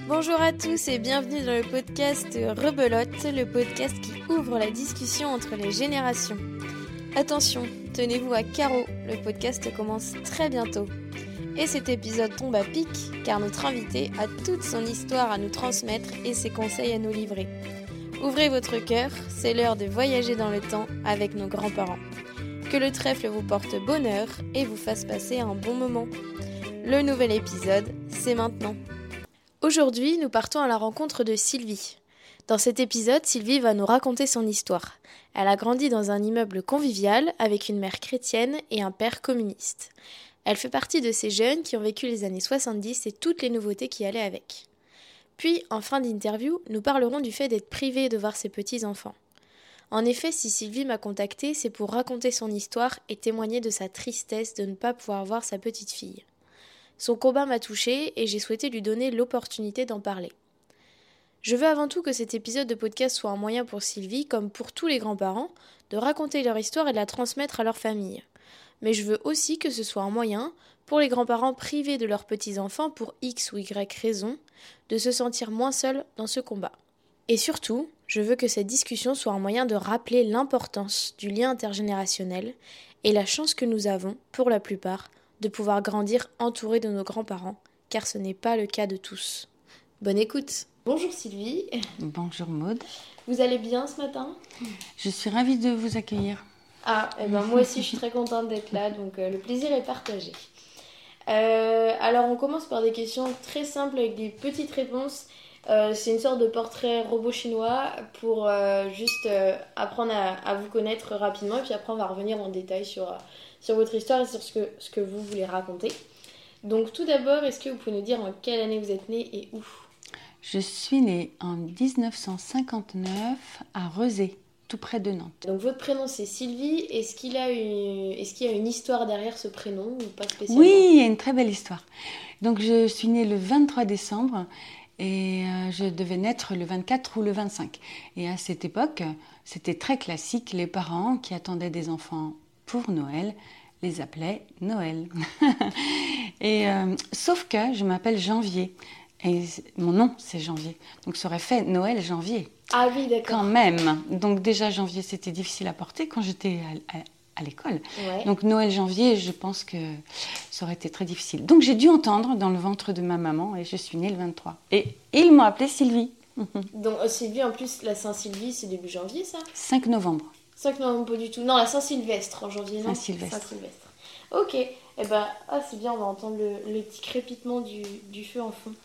Bonjour à tous et bienvenue dans le podcast Rebelote, le podcast qui ouvre la discussion entre les générations. Attention, tenez-vous à carreau, le podcast commence très bientôt. Et cet épisode tombe à pic car notre invité a toute son histoire à nous transmettre et ses conseils à nous livrer. Ouvrez votre cœur, c'est l'heure de voyager dans le temps avec nos grands-parents. Que le trèfle vous porte bonheur et vous fasse passer un bon moment. Le nouvel épisode, c'est maintenant. Aujourd'hui, nous partons à la rencontre de Sylvie. Dans cet épisode, Sylvie va nous raconter son histoire. Elle a grandi dans un immeuble convivial avec une mère chrétienne et un père communiste. Elle fait partie de ces jeunes qui ont vécu les années 70 et toutes les nouveautés qui allaient avec. Puis, en fin d'interview, nous parlerons du fait d'être privée de voir ses petits-enfants. En effet, si Sylvie m'a contactée, c'est pour raconter son histoire et témoigner de sa tristesse de ne pas pouvoir voir sa petite fille. Son combat m'a touchée et j'ai souhaité lui donner l'opportunité d'en parler. Je veux avant tout que cet épisode de podcast soit un moyen pour Sylvie, comme pour tous les grands-parents, de raconter leur histoire et de la transmettre à leur famille. Mais je veux aussi que ce soit un moyen, pour les grands-parents privés de leurs petits-enfants pour X ou Y raison, de se sentir moins seuls dans ce combat. Et surtout, je veux que cette discussion soit un moyen de rappeler l'importance du lien intergénérationnel et la chance que nous avons, pour la plupart, de pouvoir grandir entourés de nos grands-parents, car ce n'est pas le cas de tous. Bonne écoute. Bonjour Sylvie. Bonjour Maude. Vous allez bien ce matin ? Je suis ravie de vous accueillir. Moi aussi je suis très contente d'être là, donc le plaisir est partagé. Alors on commence par des questions très simples avec des petites réponses. C'est une sorte de portrait robot chinois pour juste apprendre à vous connaître rapidement, et puis après on va revenir en détail sur votre histoire et sur ce que vous voulez raconter. Donc tout d'abord, est-ce que vous pouvez nous dire en quelle année vous êtes née et où ? Je suis née en 1959 à Rezé, tout près de Nantes. Donc votre prénom c'est Sylvie, est-ce qu'il y a une histoire derrière ce prénom ou pas spécialement ? Oui, il y a une très belle histoire. Donc je suis née le 23 décembre et je devais naître le 24 ou le 25. Et à cette époque, c'était très classique, les parents qui attendaient des enfants pour Noël les appelaient Noël. Et sauf que je m'appelle Janvier. Et mon nom, c'est Janvier. Donc, ça aurait fait Noël-Janvier. Ah oui, d'accord. Quand même. Donc, déjà, Janvier, c'était difficile à porter quand j'étais à l'école. Ouais. Donc, Noël-Janvier, je pense que ça aurait été très difficile. Donc, j'ai dû entendre dans le ventre de ma maman et je suis née le 23. Et ils m'ont appelée Sylvie. Donc, Sylvie, en plus, la Saint-Sylvie, c'est début janvier, ça ? 5 novembre. 5 novembre, pas du tout. Non, la Saint-Sylvestre en janvier, non ? Saint-Sylvestre. Saint-Sylvestre. Ok. C'est bien, on va entendre le petit crépitement du feu en fond.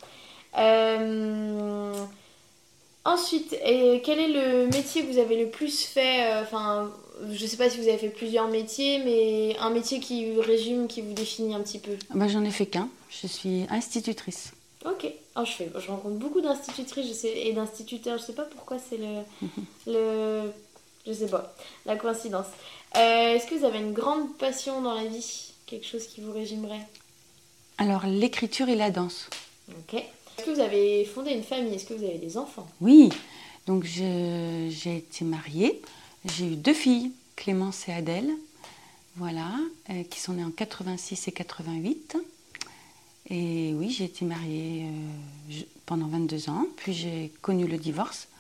Ensuite, quel est le métier que vous avez le plus fait ? Je sais pas si vous avez fait plusieurs métiers, mais un métier qui vous résume, qui vous définit un petit peu. J'en ai fait qu'un. Je suis institutrice. Ok. Je rencontre beaucoup d'institutrices et d'instituteurs. Je sais pas pourquoi c'est je sais pas, la coïncidence. Est-ce que vous avez une grande passion dans la vie ? Quelque chose qui vous résumerait ? Alors, l'écriture et la danse. Ok. Est-ce que vous avez fondé une famille ? Est-ce que vous avez des enfants ? Oui, donc j'ai été mariée. J'ai eu 2 filles, Clémence et Adèle, voilà, qui sont nées en 86 et 88. Et oui, j'ai été mariée pendant 22 ans, puis j'ai connu le divorce.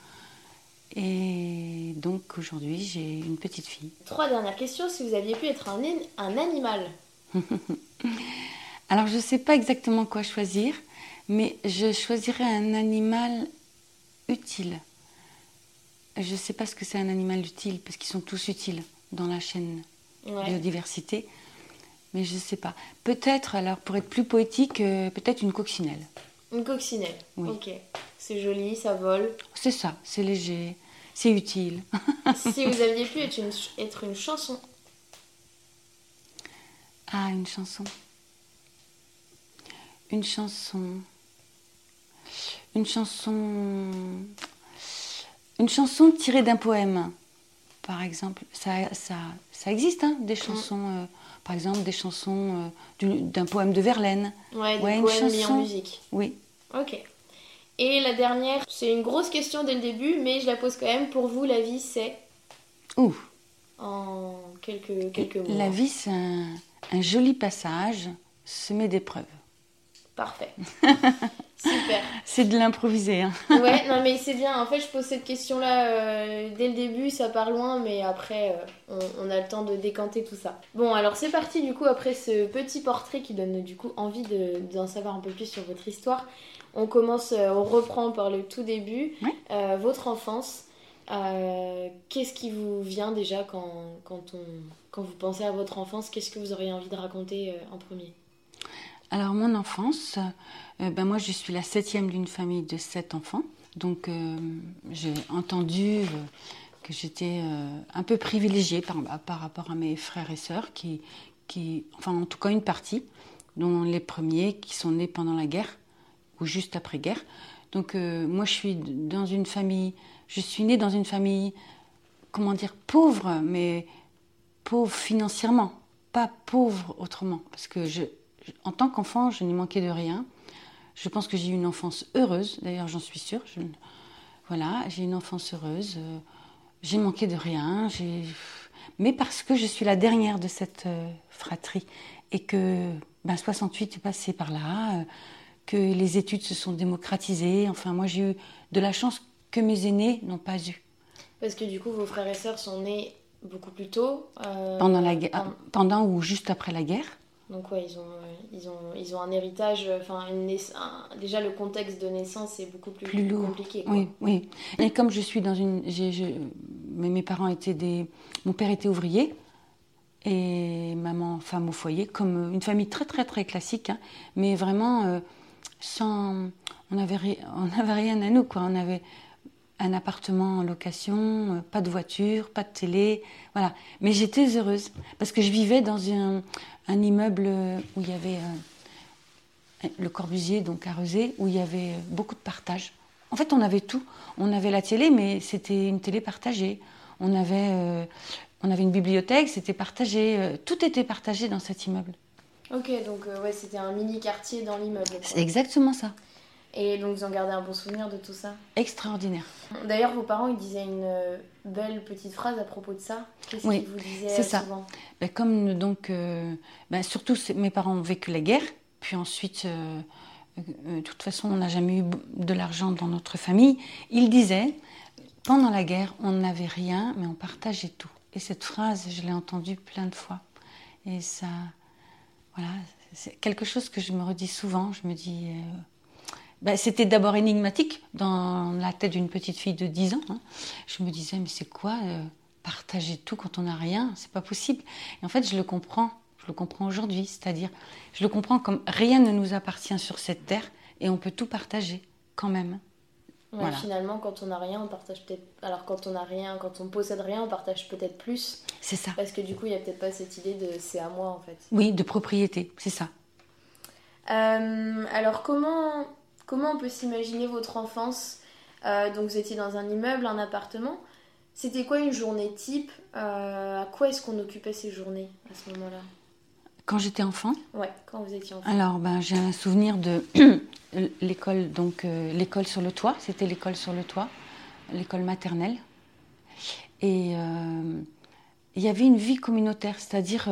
Et donc aujourd'hui, j'ai une petite fille. 3 dernières questions. Si vous aviez pu être un animal ? Alors, je ne sais pas exactement quoi choisir, mais je choisirais un animal utile. Je ne sais pas ce que c'est un animal utile, parce qu'ils sont tous utiles dans la chaîne biodiversité. Mais je ne sais pas. Peut-être, alors pour être plus poétique, peut-être une coccinelle. Une coccinelle, oui. Ok. C'est joli, ça vole. C'est ça, c'est léger, c'est utile. Si vous aviez pu être une chanson. Ah, une chanson. Une chanson tirée d'un poème, par exemple. Ça existe, hein, des chansons, par exemple, des chansons d'un poème de Verlaine. Ouais, des poèmes mis en musique. Oui. Ok. Et la dernière, c'est une grosse question dès le début, mais je la pose quand même. Pour vous, la vie, c'est ? Ouh. En quelques mots. La vie, c'est un joli passage semé d'épreuves. Parfait. Super. C'est de l'improviser. Hein. Ouais, non mais c'est bien. En fait, je pose cette question-là dès le début, ça part loin, mais après, on a le temps de décanter tout ça. Bon, alors c'est parti du coup, après ce petit portrait qui donne du coup envie d'en savoir un peu plus sur votre histoire. On reprend par le tout début, votre enfance. Qu'est-ce qui vous vient déjà quand vous pensez à votre enfance? Qu'est-ce que vous auriez envie de raconter en premier? Alors, mon enfance, moi, je suis la 7e d'une famille de 7 enfants. Donc, j'ai entendu que j'étais un peu privilégiée par rapport à mes frères et sœurs, enfin, en tout cas, une partie, dont les premiers qui sont nés pendant la guerre ou juste après-guerre. Donc, moi, je suis née dans une famille, comment dire, pauvre, mais pauvre financièrement, pas pauvre autrement. Parce que en tant qu'enfant, je n'ai manqué de rien. Je pense que j'ai eu une enfance heureuse, d'ailleurs j'en suis sûre. Voilà, j'ai eu une enfance heureuse. J'ai manqué de rien. Mais parce que je suis la dernière de cette fratrie et que 68 est passé par là, que les études se sont démocratisées. Enfin, moi j'ai eu de la chance que mes aînés n'ont pas eu. Parce que du coup, vos frères et sœurs sont nés beaucoup plus tôt. Pendant ou juste après la guerre. Donc ouais, ils ont un héritage, déjà le contexte de naissance est beaucoup plus lourd. Compliqué. Quoi. Oui. Et comme je suis dans mes parents mon père était ouvrier et maman femme au foyer, comme une famille très très très classique, hein, mais vraiment on n'avait rien à nous, quoi. On avait un appartement en location, pas de voiture, pas de télé, voilà. Mais j'étais heureuse parce que je vivais dans un immeuble où il y avait le Corbusier, donc à Rezé, où il y avait beaucoup de partage. En fait, on avait tout. On avait la télé, mais c'était une télé partagée. On avait une bibliothèque, c'était partagé. Tout était partagé dans cet immeuble. Ok, donc c'était un mini quartier dans l'immeuble. C'est exactement ça. Et donc vous en gardez un bon souvenir de tout ça? Extraordinaire. D'ailleurs, vos parents, ils disaient une belle petite phrase à propos de ça. Qu'est-ce qu'ils vous disaient souvent? Comme donc, surtout mes parents ont vécu la guerre, puis ensuite, de toute façon, on n'a jamais eu de l'argent dans notre famille. Ils disaient, pendant la guerre, on n'avait rien, mais on partageait tout. Et cette phrase, je l'ai entendue plein de fois. Et ça, voilà, c'est quelque chose que je me redis souvent. Je me dis... c'était d'abord énigmatique dans la tête d'une petite fille de 10 ans. Hein. Je me disais, mais c'est quoi partager tout quand on n'a rien? C'est pas possible. Et en fait, je le comprends aujourd'hui. C'est-à-dire, je le comprends comme rien ne nous appartient sur cette terre et on peut tout partager quand même. Ouais, voilà. Finalement, quand on n'a rien, on partage peut-être... Alors quand on possède rien, on partage peut-être plus. C'est ça. Parce que du coup, il n'y a peut-être pas cette idée de c'est à moi, en fait. Oui, de propriété, c'est ça. Alors comment on peut s'imaginer votre enfance? Donc vous étiez dans un immeuble, un appartement. C'était quoi une journée type? À quoi est-ce qu'on occupait ces journées à ce moment-là? Quand j'étais enfant? Ouais, quand vous étiez enfant. Alors, j'ai un souvenir de l'école, donc l'école sur le toit. C'était l'école sur le toit, l'école maternelle. Et il y avait une vie communautaire, c'est-à-dire...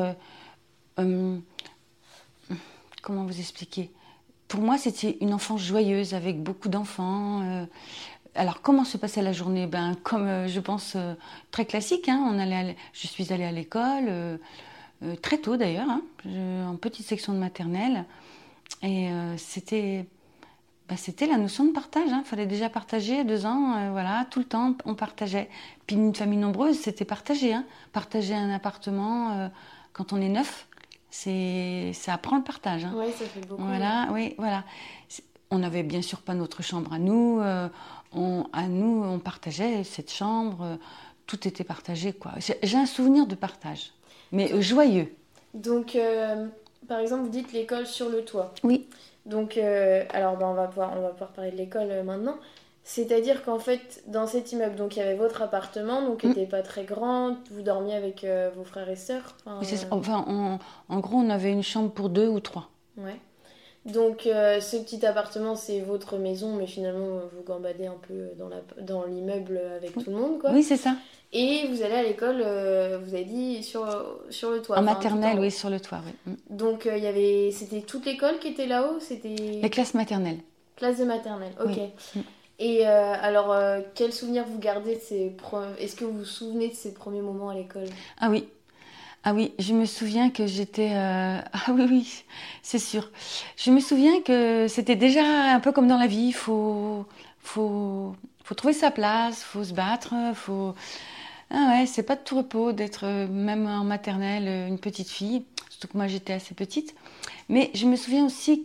comment vous expliquer? Pour moi, c'était une enfance joyeuse avec beaucoup d'enfants. Alors, comment se passait la journée? Comme je pense très classique. Hein, je suis allée à l'école très tôt d'ailleurs, hein, en petite section de maternelle. Et c'était la notion de partage. Il fallait déjà partager à 2 ans. Voilà, tout le temps, on partageait. Puis une famille nombreuse, c'était partager. Hein, partager un appartement quand on est 9. Ça apprend le partage. Hein. Oui, ça fait beaucoup. Voilà, oui, voilà. On n'avait bien sûr pas notre chambre à nous. On partageait cette chambre. Tout était partagé, quoi. J'ai un souvenir de partage, mais joyeux. Donc, par exemple, vous dites l'école sur le toit. Oui. Donc, alors, on va pouvoir parler de l'école maintenant. C'est-à-dire qu'en fait, dans cet immeuble, donc il y avait votre appartement, donc qui n'était pas très grand. Vous dormiez avec vos frères et sœurs. En gros, on avait une chambre pour 2 ou 3. Ouais. Donc ce petit appartement, c'est votre maison, mais finalement vous gambadez un peu dans l'immeuble avec tout le monde, quoi. Oui, c'est ça. Et vous allez à l'école, vous avez dit, sur le toit. En Enfin, maternelle, oui, sur le toit, oui. Donc c'était toute l'école qui était là-haut, c'était... Les classes maternelles. Classe de maternelle, ok. Oui. Et alors, quel souvenir vous gardez de Est-ce que vous vous souvenez de ces premiers moments à l'école? Ah oui. Ah oui, je me souviens que j'étais... Ah oui, c'est sûr. Je me souviens que c'était déjà un peu comme dans la vie. Faut trouver sa place, faut se battre, faut... Ah ouais, c'est pas de tout repos d'être, même en maternelle, une petite fille. Surtout que moi, j'étais assez petite. Mais je me souviens aussi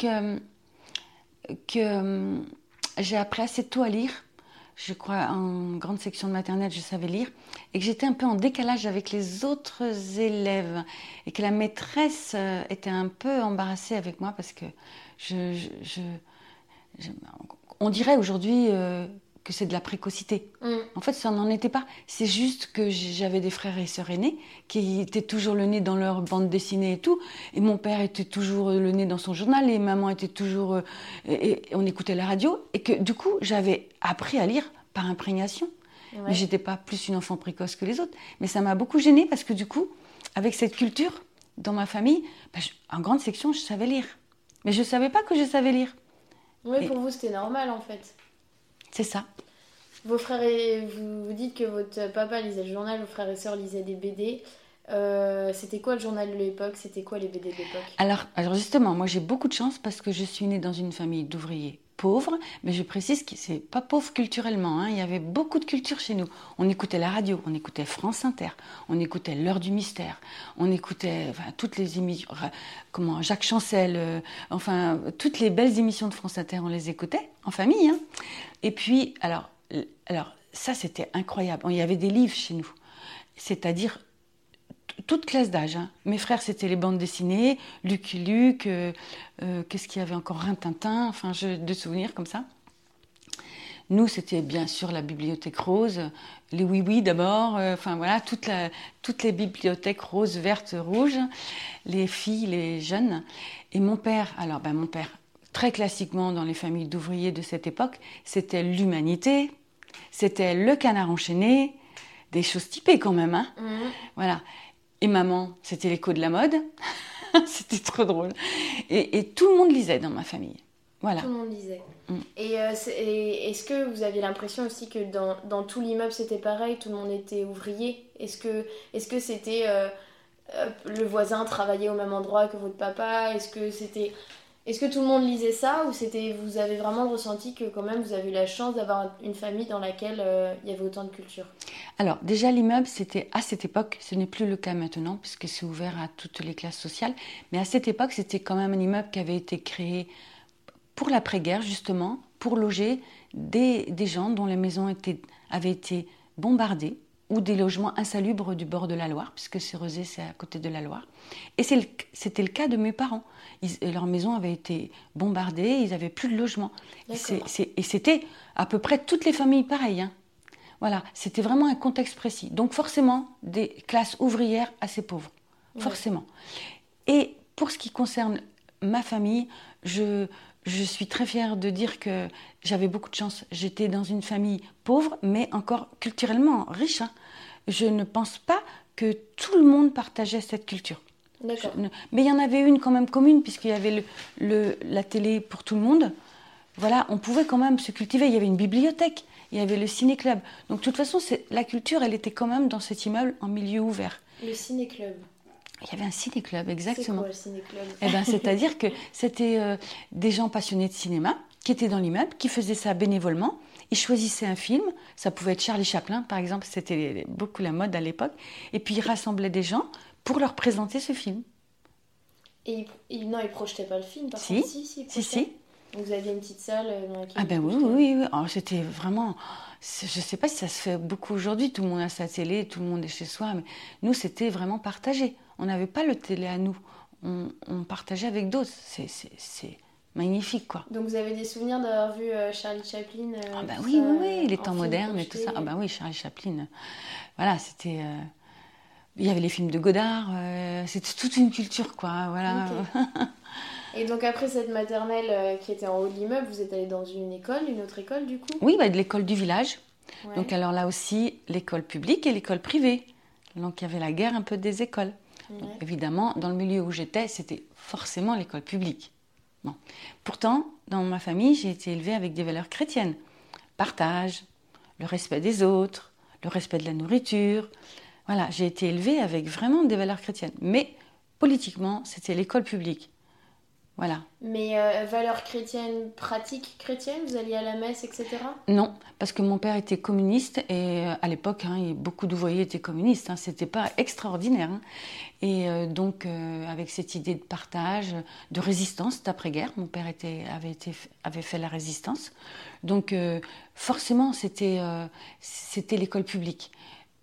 que j'ai appris assez tôt à lire. Je crois en grande section de maternelle, je savais lire, et que j'étais un peu en décalage avec les autres élèves, et que la maîtresse était un peu embarrassée avec moi parce que on dirait aujourd'hui que c'est de la précocité. En fait, ça n'en était pas. C'est juste que j'avais des frères et sœurs aînés qui étaient toujours le nez dans leur bande dessinée et tout. Et mon père était toujours le nez dans son journal et maman était toujours... et on écoutait la radio. Et que du coup, j'avais appris à lire par imprégnation. Ouais. Mais j'étais pas plus une enfant précoce que les autres. Mais ça m'a beaucoup gênée parce que du coup, avec cette culture dans ma famille, en grande section, je savais lire. Mais je savais pas que je savais lire. Oui, pour vous, c'était normal en fait. C'est ça. Vos frères vous dites que votre papa lisait le journal, vos frères et sœurs lisaient des BD. C'était quoi le journal de l'époque? C'était quoi les BD de l'époque? Alors justement, moi j'ai beaucoup de chance parce que je suis née dans une famille d'ouvriers pauvres, mais je précise que c'est pas pauvre culturellement, hein. Il y avait beaucoup de culture chez nous. On écoutait la radio, on écoutait France Inter, on écoutait L'Heure du Mystère, on écoutait toutes les émissions, Jacques Chancel, toutes les belles émissions de France Inter, on les écoutait en famille, hein. Et puis, alors ça c'était incroyable. Il y avait des livres chez nous, c'est-à-dire toute classe d'âge. Hein. Mes frères, c'était les bandes dessinées, Lucky Luke, qu'est-ce qu'il y avait encore, Rintintin, de souvenirs comme ça. Nous, c'était bien sûr la bibliothèque rose, les oui-oui d'abord, toutes les bibliothèques roses, vertes, rouges, les filles, les jeunes. Et mon père, très classiquement dans les familles d'ouvriers de cette époque, c'était l'Humanité, c'était Le Canard enchaîné, des choses typées quand même, hein. Voilà. Et maman, c'était l'écho de la mode. C'était trop drôle. Et tout le monde lisait dans ma famille. Voilà. Tout le monde lisait. Et est-ce que vous aviez l'impression aussi que dans tout l'immeuble, c'était pareil, tout le monde était ouvrier? Est-ce que c'était le voisin travaillait au même endroit que votre papa? Est-ce que tout le monde lisait ça, ou vous avez vraiment le ressenti que quand même vous avez eu la chance d'avoir une famille dans laquelle il y avait autant de culture? Alors déjà l'immeuble, c'était à cette époque, ce n'est plus le cas maintenant puisque c'est ouvert à toutes les classes sociales, mais à cette époque c'était quand même un immeuble qui avait été créé pour l'après-guerre justement, pour loger des gens dont les maisons avaient été bombardées, ou des logements insalubres du bord de la Loire, puisque Cérezet, c'est à côté de la Loire. Et c'était le cas de mes parents. Leur maison avait été bombardée, ils n'avaient plus de logement. Et c'était à peu près toutes les familles pareilles. Hein. Voilà, c'était vraiment un contexte précis. Donc forcément, des classes ouvrières assez pauvres. Ouais. Forcément. Et pour ce qui concerne ma famille, je suis très fière de dire que j'avais beaucoup de chance. J'étais dans une famille pauvre, mais encore culturellement riche. Hein. Je ne pense pas que tout le monde partageait cette culture. D'accord. Mais il y en avait une quand même commune, puisqu'il y avait la télé pour tout le monde. Voilà, on pouvait quand même se cultiver. Il y avait une bibliothèque, il y avait le ciné-club. Donc de toute façon, la culture, elle était quand même dans cet immeuble en milieu ouvert. Le ciné-club. Il y avait un ciné-club, exactement. C'est quoi le ciné-club? C'est-à-dire que c'était des gens passionnés de cinéma qui étaient dans l'immeuble, qui faisaient ça bénévolement. Ils choisissaient un film, ça pouvait être Charlie Chaplin, par exemple, c'était beaucoup la mode à l'époque. Et puis ils rassemblaient des gens pour leur présenter ce film. Et non, ils ne projetaient pas le film, par contre. Si. Donc vous aviez une petite salle dans laquelle... Ah ben oui. Alors, c'était vraiment... Je ne sais pas si ça se fait beaucoup aujourd'hui, tout le monde a sa télé, tout le monde est chez soi, mais nous, c'était vraiment partagé. On n'avait pas le télé à nous, on partageait avec d'autres. C'est magnifique, quoi. Donc vous avez des souvenirs d'avoir vu Charlie Chaplin Ah ben oui, les temps modernes et tout ça. Ah ben oui, Charlie Chaplin, voilà, c'était... Il y avait les films de Godard, c'était toute une culture, quoi, voilà. Okay. Et donc après cette maternelle qui était en haut de l'immeuble, vous êtes allé dans une autre école du coup? Oui, de l'école du village. Ouais. Donc alors là aussi, l'école publique et l'école privée. Donc il y avait la guerre un peu des écoles. Donc, évidemment, dans le milieu où j'étais, c'était forcément l'école publique. Bon. Pourtant, dans ma famille, j'ai été élevée avec des valeurs chrétiennes. Partage, le respect des autres, le respect de la nourriture. Voilà, j'ai été élevée avec vraiment des valeurs chrétiennes. Mais politiquement, c'était l'école publique. Voilà. Mais valeurs chrétiennes, pratiques chrétiennes, vous alliez à la messe, etc. Non, parce que mon père était communiste et à l'époque, beaucoup d'ouvriers étaient communistes. C'était pas extraordinaire. Et donc, avec cette idée de partage, de résistance d'après-guerre, mon père avait fait la résistance. Donc, forcément, c'était l'école publique.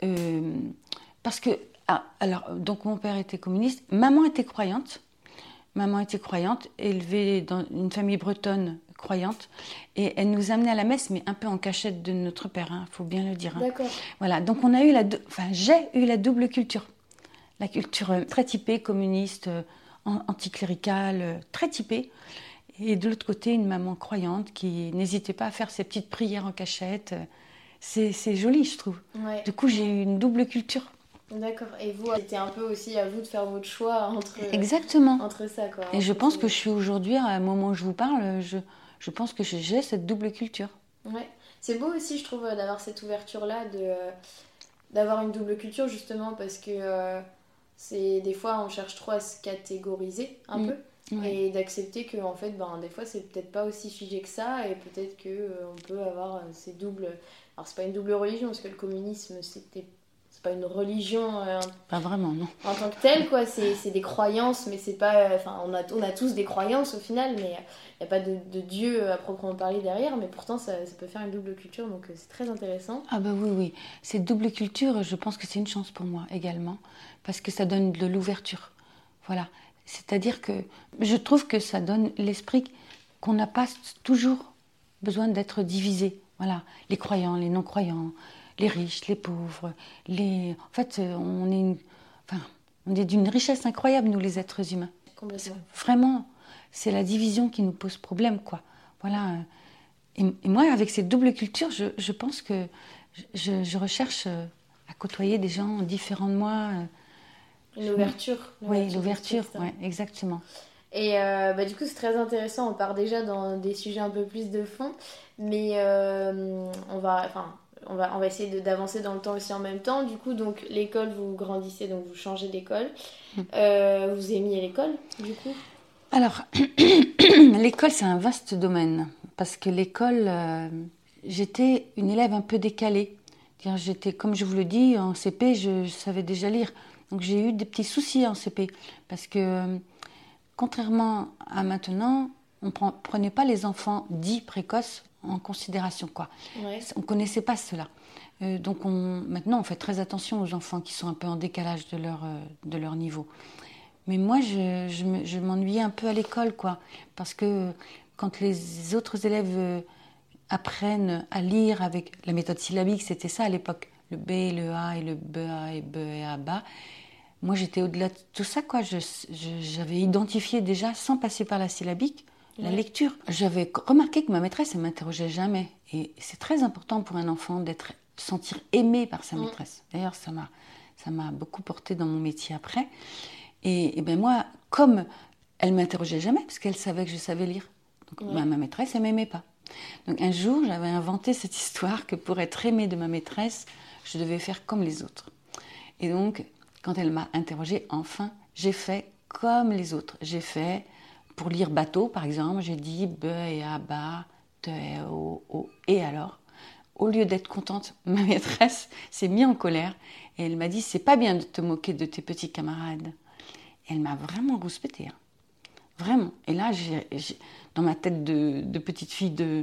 Parce que, donc mon père était communiste, maman était croyante. Maman était croyante, élevée dans une famille bretonne croyante, et elle nous amenait à la messe, mais un peu en cachette de notre père, faut bien le dire. D'accord. Voilà, donc on a eu j'ai eu la double culture. La culture très typée, communiste, anticléricale, très typée. Et de l'autre côté, une maman croyante qui n'hésitait pas à faire ses petites prières en cachette. C'est joli, je trouve. Ouais. Du coup, j'ai eu une double culture. D'accord. Et vous, c'était un peu aussi à vous de faire votre choix entre ça, quoi. Et je pense que je suis aujourd'hui, à un moment où je vous parle, je pense que j'ai cette double culture. Ouais. C'est beau aussi, je trouve, d'avoir cette ouverture-là, d'avoir une double culture, justement, parce que c'est des fois, on cherche trop à se catégoriser un peu. Ouais. Et d'accepter que, en fait, des fois, c'est peut-être pas aussi figé que ça, et peut-être qu'on peut avoir ces doubles... Alors, c'est pas une double religion, parce que le communisme, c'est pas une religion pas vraiment, non. En tant que telle, quoi. C'est des croyances, mais c'est pas... Enfin, on a tous des croyances au final, mais il n'y a pas de Dieu à proprement parler derrière, mais pourtant ça peut faire une double culture, donc c'est très intéressant. Ah bah oui. Cette double culture, je pense que c'est une chance pour moi également, parce que ça donne de l'ouverture. Voilà. C'est-à-dire que je trouve que ça donne l'esprit qu'on n'a pas toujours besoin d'être divisé. Voilà. Les croyants, les non-croyants, les riches, les pauvres, En fait, on est d'une richesse incroyable, nous, les êtres humains. Complètement. Vraiment, c'est la division qui nous pose problème, quoi. Voilà. Et moi, avec cette double culture, je pense que je recherche à côtoyer des gens différents de moi. Une ouverture. Oui, l'ouverture, ouais, exactement. Et du coup, c'est très intéressant. On part déjà dans des sujets un peu plus de fond, mais on va essayer d'avancer dans le temps aussi en même temps. Du coup, donc l'école, vous grandissez, donc vous changez d'école. Vous aimiez l'école, du coup? Alors, l'école, c'est un vaste domaine. Parce que l'école, j'étais une élève un peu décalée. J'étais, comme je vous le dis, en CP, je savais déjà lire. Donc j'ai eu des petits soucis en CP. Parce que, contrairement à maintenant, on ne prenait pas les enfants dits précoces en considération, quoi. Ouais. On ne connaissait pas cela. Donc maintenant, on fait très attention aux enfants qui sont un peu en décalage de leur niveau. Mais moi, je m'ennuyais un peu à l'école, quoi. Parce que quand les autres élèves apprennent à lire avec la méthode syllabique, c'était ça à l'époque, le B, le A et le B, A et B et A, bas. Moi, j'étais au-delà de tout ça, quoi. J'avais identifié déjà, sans passer par la syllabique, la lecture. J'avais remarqué que ma maîtresse, elle ne m'interrogeait jamais. Et c'est très important pour un enfant d'être sentir aimé par sa maîtresse. D'ailleurs, ça m'a beaucoup porté dans mon métier après. Et ben moi, comme elle ne m'interrogeait jamais, parce qu'elle savait que je savais lire, donc ma maîtresse, elle ne m'aimait pas. Donc un jour, j'avais inventé cette histoire que pour être aimée de ma maîtresse, je devais faire comme les autres. Et donc, quand elle m'a interrogée, enfin, j'ai fait comme les autres. J'ai fait, pour lire bateau, par exemple, j'ai dit be et a, ba, te et o, et alors. Au lieu d'être contente, ma maîtresse s'est mise en colère et elle m'a dit, c'est pas bien de te moquer de tes petits camarades. Et elle m'a vraiment rouspété, vraiment. Et là, dans ma tête de petite fille de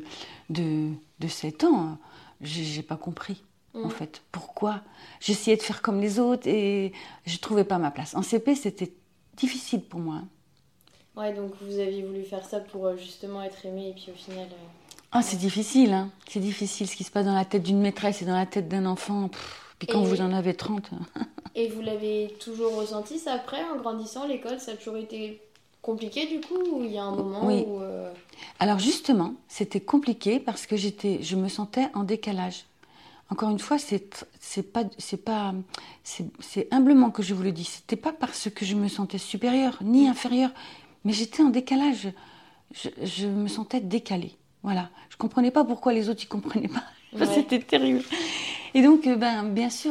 7 ans, j'ai pas compris. En fait, pourquoi j'essayais de faire comme les autres et je trouvais pas ma place. En CP, c'était difficile pour moi. Ouais, donc vous aviez voulu faire ça pour justement être aimée et puis au final... c'est difficile, C'est difficile ce qui se passe dans la tête d'une maîtresse et dans la tête d'un enfant. Puis quand vous en avez 30... Et vous l'avez toujours ressenti ça après, en grandissant, l'école, ça a toujours été compliqué du coup, ou il y a un moment Oui. où... Alors justement, c'était compliqué parce que je me sentais en décalage. Encore une fois, c'est humblement que je vous le dis. C'était pas parce que je me sentais supérieure ni inférieure, mais j'étais en décalage. Je me sentais décalée. Voilà. Je comprenais pas pourquoi les autres y comprenaient pas. Ouais. C'était terrible. Et donc, bien sûr,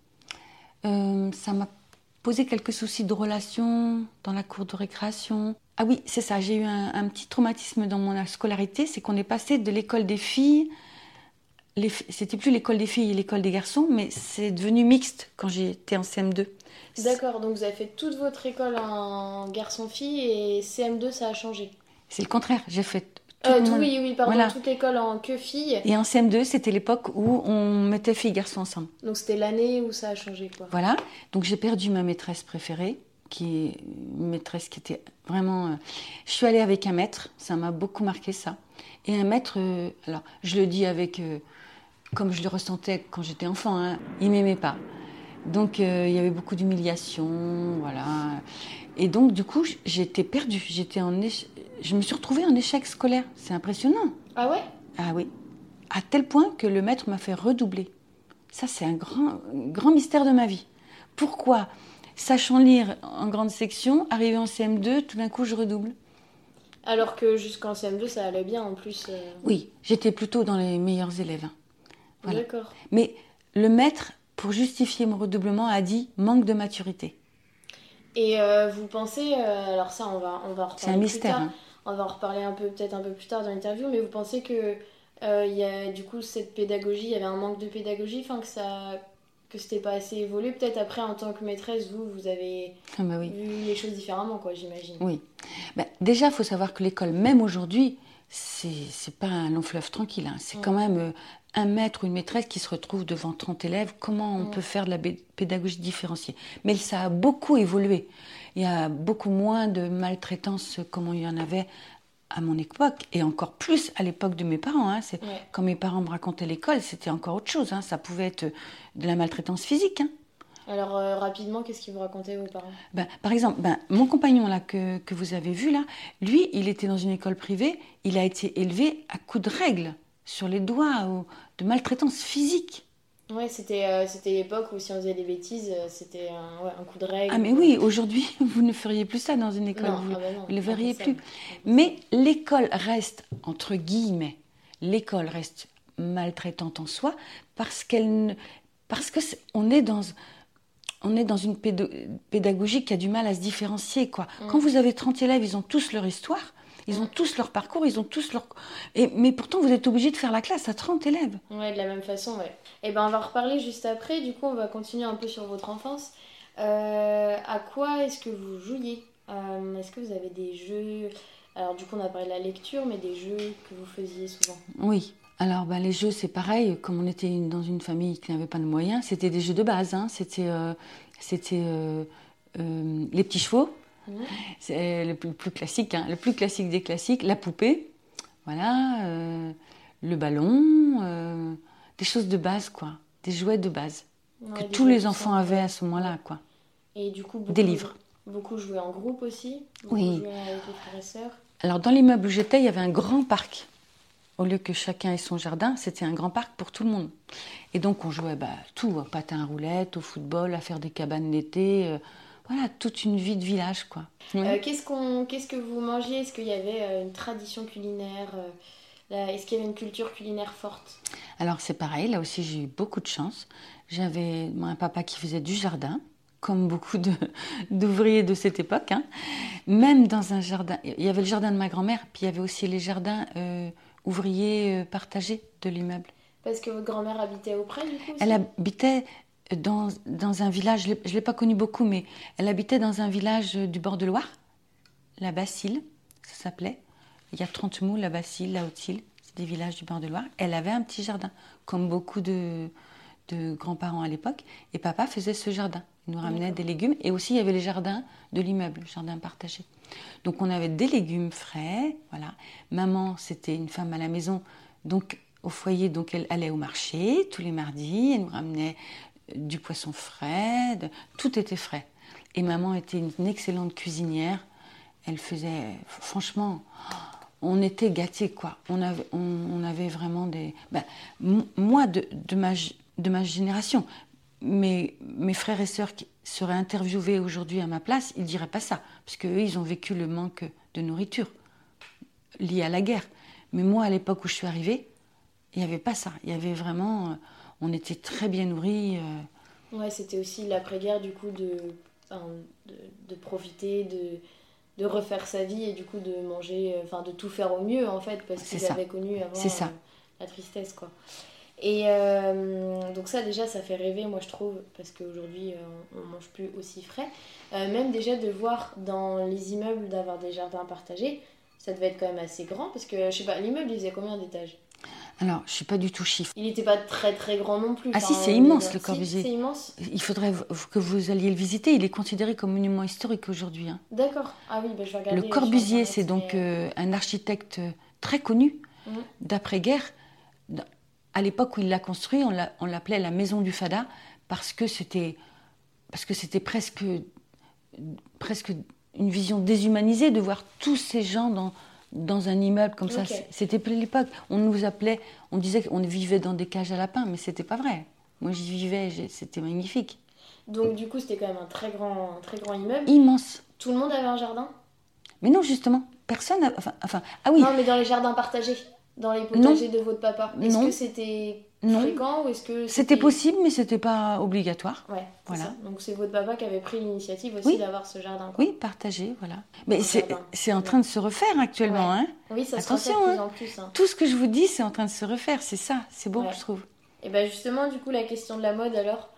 ça m'a posé quelques soucis de relation dans la cour de récréation. Ah oui, c'est ça. J'ai eu un petit traumatisme dans mon scolarité, c'est qu'on est passé de l'école des filles. C'était plus l'école des filles et l'école des garçons, mais c'est devenu mixte quand j'étais en CM2. D'accord, donc vous avez fait toute votre école en garçon-fille et CM2 ça a changé. C'est le contraire, j'ai fait Oui, pardon, voilà. toute l'école en que filles. Et en CM2, c'était l'époque où on mettait filles et garçons ensemble. Donc c'était l'année où ça a changé, quoi. Voilà, donc j'ai perdu ma maîtresse préférée, qui est une maîtresse qui était vraiment... Je suis allée avec un maître, ça m'a beaucoup marqué ça. Et un maître, alors je le dis avec... comme je le ressentais quand j'étais enfant, hein, il m'aimait pas. Donc il y avait beaucoup d'humiliation, voilà. Et donc du coup, j'étais perdue. Je me suis retrouvée en échec scolaire. C'est impressionnant. Ah ouais? Ah oui. À tel point que le maître m'a fait redoubler. Ça, c'est un grand mystère de ma vie. Pourquoi, sachant lire en grande section, arrivé en CM2, tout d'un coup, je redouble? Alors que jusqu'en CM2, ça allait bien en plus. Oui, j'étais plutôt dans les meilleurs élèves. Hein. Voilà. D'accord. Mais le maître, pour justifier mon redoublement, a dit manque de maturité. Et vous pensez, alors ça, on va en reparler C'est un mystère. plus tard. Hein. On va en reparler peut-être un peu plus tard dans l'interview, mais vous pensez que il y a du coup cette pédagogie, il y avait un manque de pédagogie, enfin que c'était pas assez évolué. Peut-être après, en tant que maîtresse, vous avez oui. vu les choses différemment, quoi, j'imagine. Oui. Déjà, il faut savoir que l'école, même aujourd'hui, c'est pas un long fleuve tranquille. Hein. C'est quand même un maître ou une maîtresse qui se retrouve devant 30 élèves. Comment on peut faire de la pédagogie différenciée? Mais ça a beaucoup évolué. Il y a beaucoup moins de maltraitance comme il y en avait à mon époque, et encore plus à l'époque de mes parents. Hein. Quand mes parents me racontaient l'école, c'était encore autre chose. Hein. Ça pouvait être de la maltraitance physique. Hein. Alors, rapidement, qu'est-ce qu'ils vous racontaient, vos parents? Par exemple, mon compagnon là, que vous avez vu là, lui, il était dans une école privée, il a été élevé à coups de règles sur les doigts, ou de maltraitance physique. Ouais, c'était l'époque où si on faisait des bêtises, c'était un coup de règle. Ah mais oui, aujourd'hui, vous ne feriez plus ça dans une école, vous ne le verriez plus. Mais l'école reste, entre guillemets, l'école reste maltraitante en soi parce qu'on est dans une pédagogie qui a du mal à se différencier, quoi. Quand vous avez 30 élèves, ils ont tous leur histoire, ils ont tous leur parcours, ils ont tous leur... mais pourtant, vous êtes obligé de faire la classe à 30 élèves. Ouais, de la même façon, ouais. Et on va reparler juste après. Du coup, on va continuer un peu sur votre enfance. À quoi est-ce que vous jouiez? Est-ce que vous avez des jeux? Alors, du coup, on a parlé de la lecture, mais des jeux que vous faisiez souvent. Oui. Alors, les jeux, c'est pareil. Comme on était dans une famille qui n'avait pas de moyens, c'était des jeux de base. Hein. C'était les petits chevaux. C'est le plus classique, hein. Le plus classique des classiques. La poupée, voilà, le ballon, des choses de base, quoi. Des jouets de base que tous les enfants avaient à ce moment-là, quoi. Et du coup, des livres. Beaucoup jouaient en groupe aussi. Oui. Jouaient avec les frères et sœurs. Alors, dans l'immeuble où j'étais, il y avait un grand parc. Au lieu que chacun ait son jardin, c'était un grand parc pour tout le monde. Et donc, on jouait tout, au patin à roulettes, au football, à faire des cabanes d'été. Voilà, toute une vie de village, quoi. Qu'est-ce que vous mangiez? Est-ce qu'il y avait une tradition culinaire? Est-ce qu'il y avait une culture culinaire forte? Alors, c'est pareil, là aussi, j'ai eu beaucoup de chance. J'avais un papa qui faisait du jardin, comme beaucoup d'ouvriers de cette époque. Hein. Même dans un jardin, il y avait le jardin de ma grand-mère, puis il y avait aussi les jardins... ouvriers partagés de l'immeuble. Parce que votre grand-mère habitait auprès, du coup aussi? Elle habitait dans un village, je ne l'ai pas connu beaucoup, mais elle habitait dans un village du bord de Loire, la Bacille, ça s'appelait. Il y a 30 moules, la Bacille, la Haute-Île, c'est des villages du bord de Loire. Elle avait un petit jardin, comme beaucoup de grands-parents à l'époque, et papa faisait ce jardin. Il nous ramenait des légumes, et aussi il y avait les jardins de l'immeuble, le jardin partagé. Donc on avait des légumes frais, voilà. Maman, c'était une femme à la maison, donc au foyer, donc elle allait au marché tous les mardis, elle nous ramenait du poisson frais, tout était frais. Et maman était une excellente cuisinière, elle faisait, franchement, on était gâtés, quoi. On avait vraiment des... moi, de ma génération, mes frères et sœurs qui seraient interviewés aujourd'hui à ma place, ils ne diraient pas ça, parce qu'eux, ils ont vécu le manque de nourriture lié à la guerre. Mais moi, à l'époque où je suis arrivée, il n'y avait pas ça. Il y avait vraiment... on était très bien nourris. Ouais, c'était aussi l'après-guerre, du coup, de profiter, de refaire sa vie et du coup de manger, de tout faire au mieux, en fait, parce qu'ils avaient connu avant la tristesse, quoi. Et donc ça, déjà, ça fait rêver, moi, je trouve, parce qu'aujourd'hui, on mange plus aussi frais. Même déjà de voir dans les immeubles d'avoir des jardins partagés, ça devait être quand même assez grand, parce que, je sais pas, l'immeuble, il faisait combien d'étages ? Alors, je ne suis pas du tout chiffre. Il n'était pas très très grand non plus. Ah si, c'est immense le Corbusier. C'est immense. Il faudrait que vous alliez le visiter. Il est considéré comme monument historique aujourd'hui. Hein. D'accord. Ah oui, je vais regarder. Le Corbusier, c'est donc un architecte très connu d'après-guerre. À l'époque où il l'a construit, on l'appelait la maison du Fada parce que c'était presque une vision déshumanisée de voir tous ces gens dans un immeuble comme ça. C'était plus l'époque. On disait qu'on vivait dans des cages à lapins, mais c'était pas vrai. Moi, j'y vivais, c'était magnifique. Donc, du coup, c'était quand même un très grand immeuble. Immense. Tout le monde avait un jardin ? Mais non, justement, personne. Ah oui. Non, mais dans les jardins partagés, dans les potagers de votre papa. Est-ce que c'était fréquent ou est-ce que c'était possible, mais c'était pas obligatoire. Ouais, voilà. Ça. Donc c'est votre papa qui avait pris l'initiative aussi d'avoir ce jardin. Quoi. Oui, partagé, voilà. Mais c'est en train de se refaire actuellement, hein. Oui, ça se refait de plus en plus. Hein. Tout ce que je vous dis, c'est en train de se refaire, c'est ça, c'est beau, je trouve. Et bien justement, du coup, la question de la mode, alors,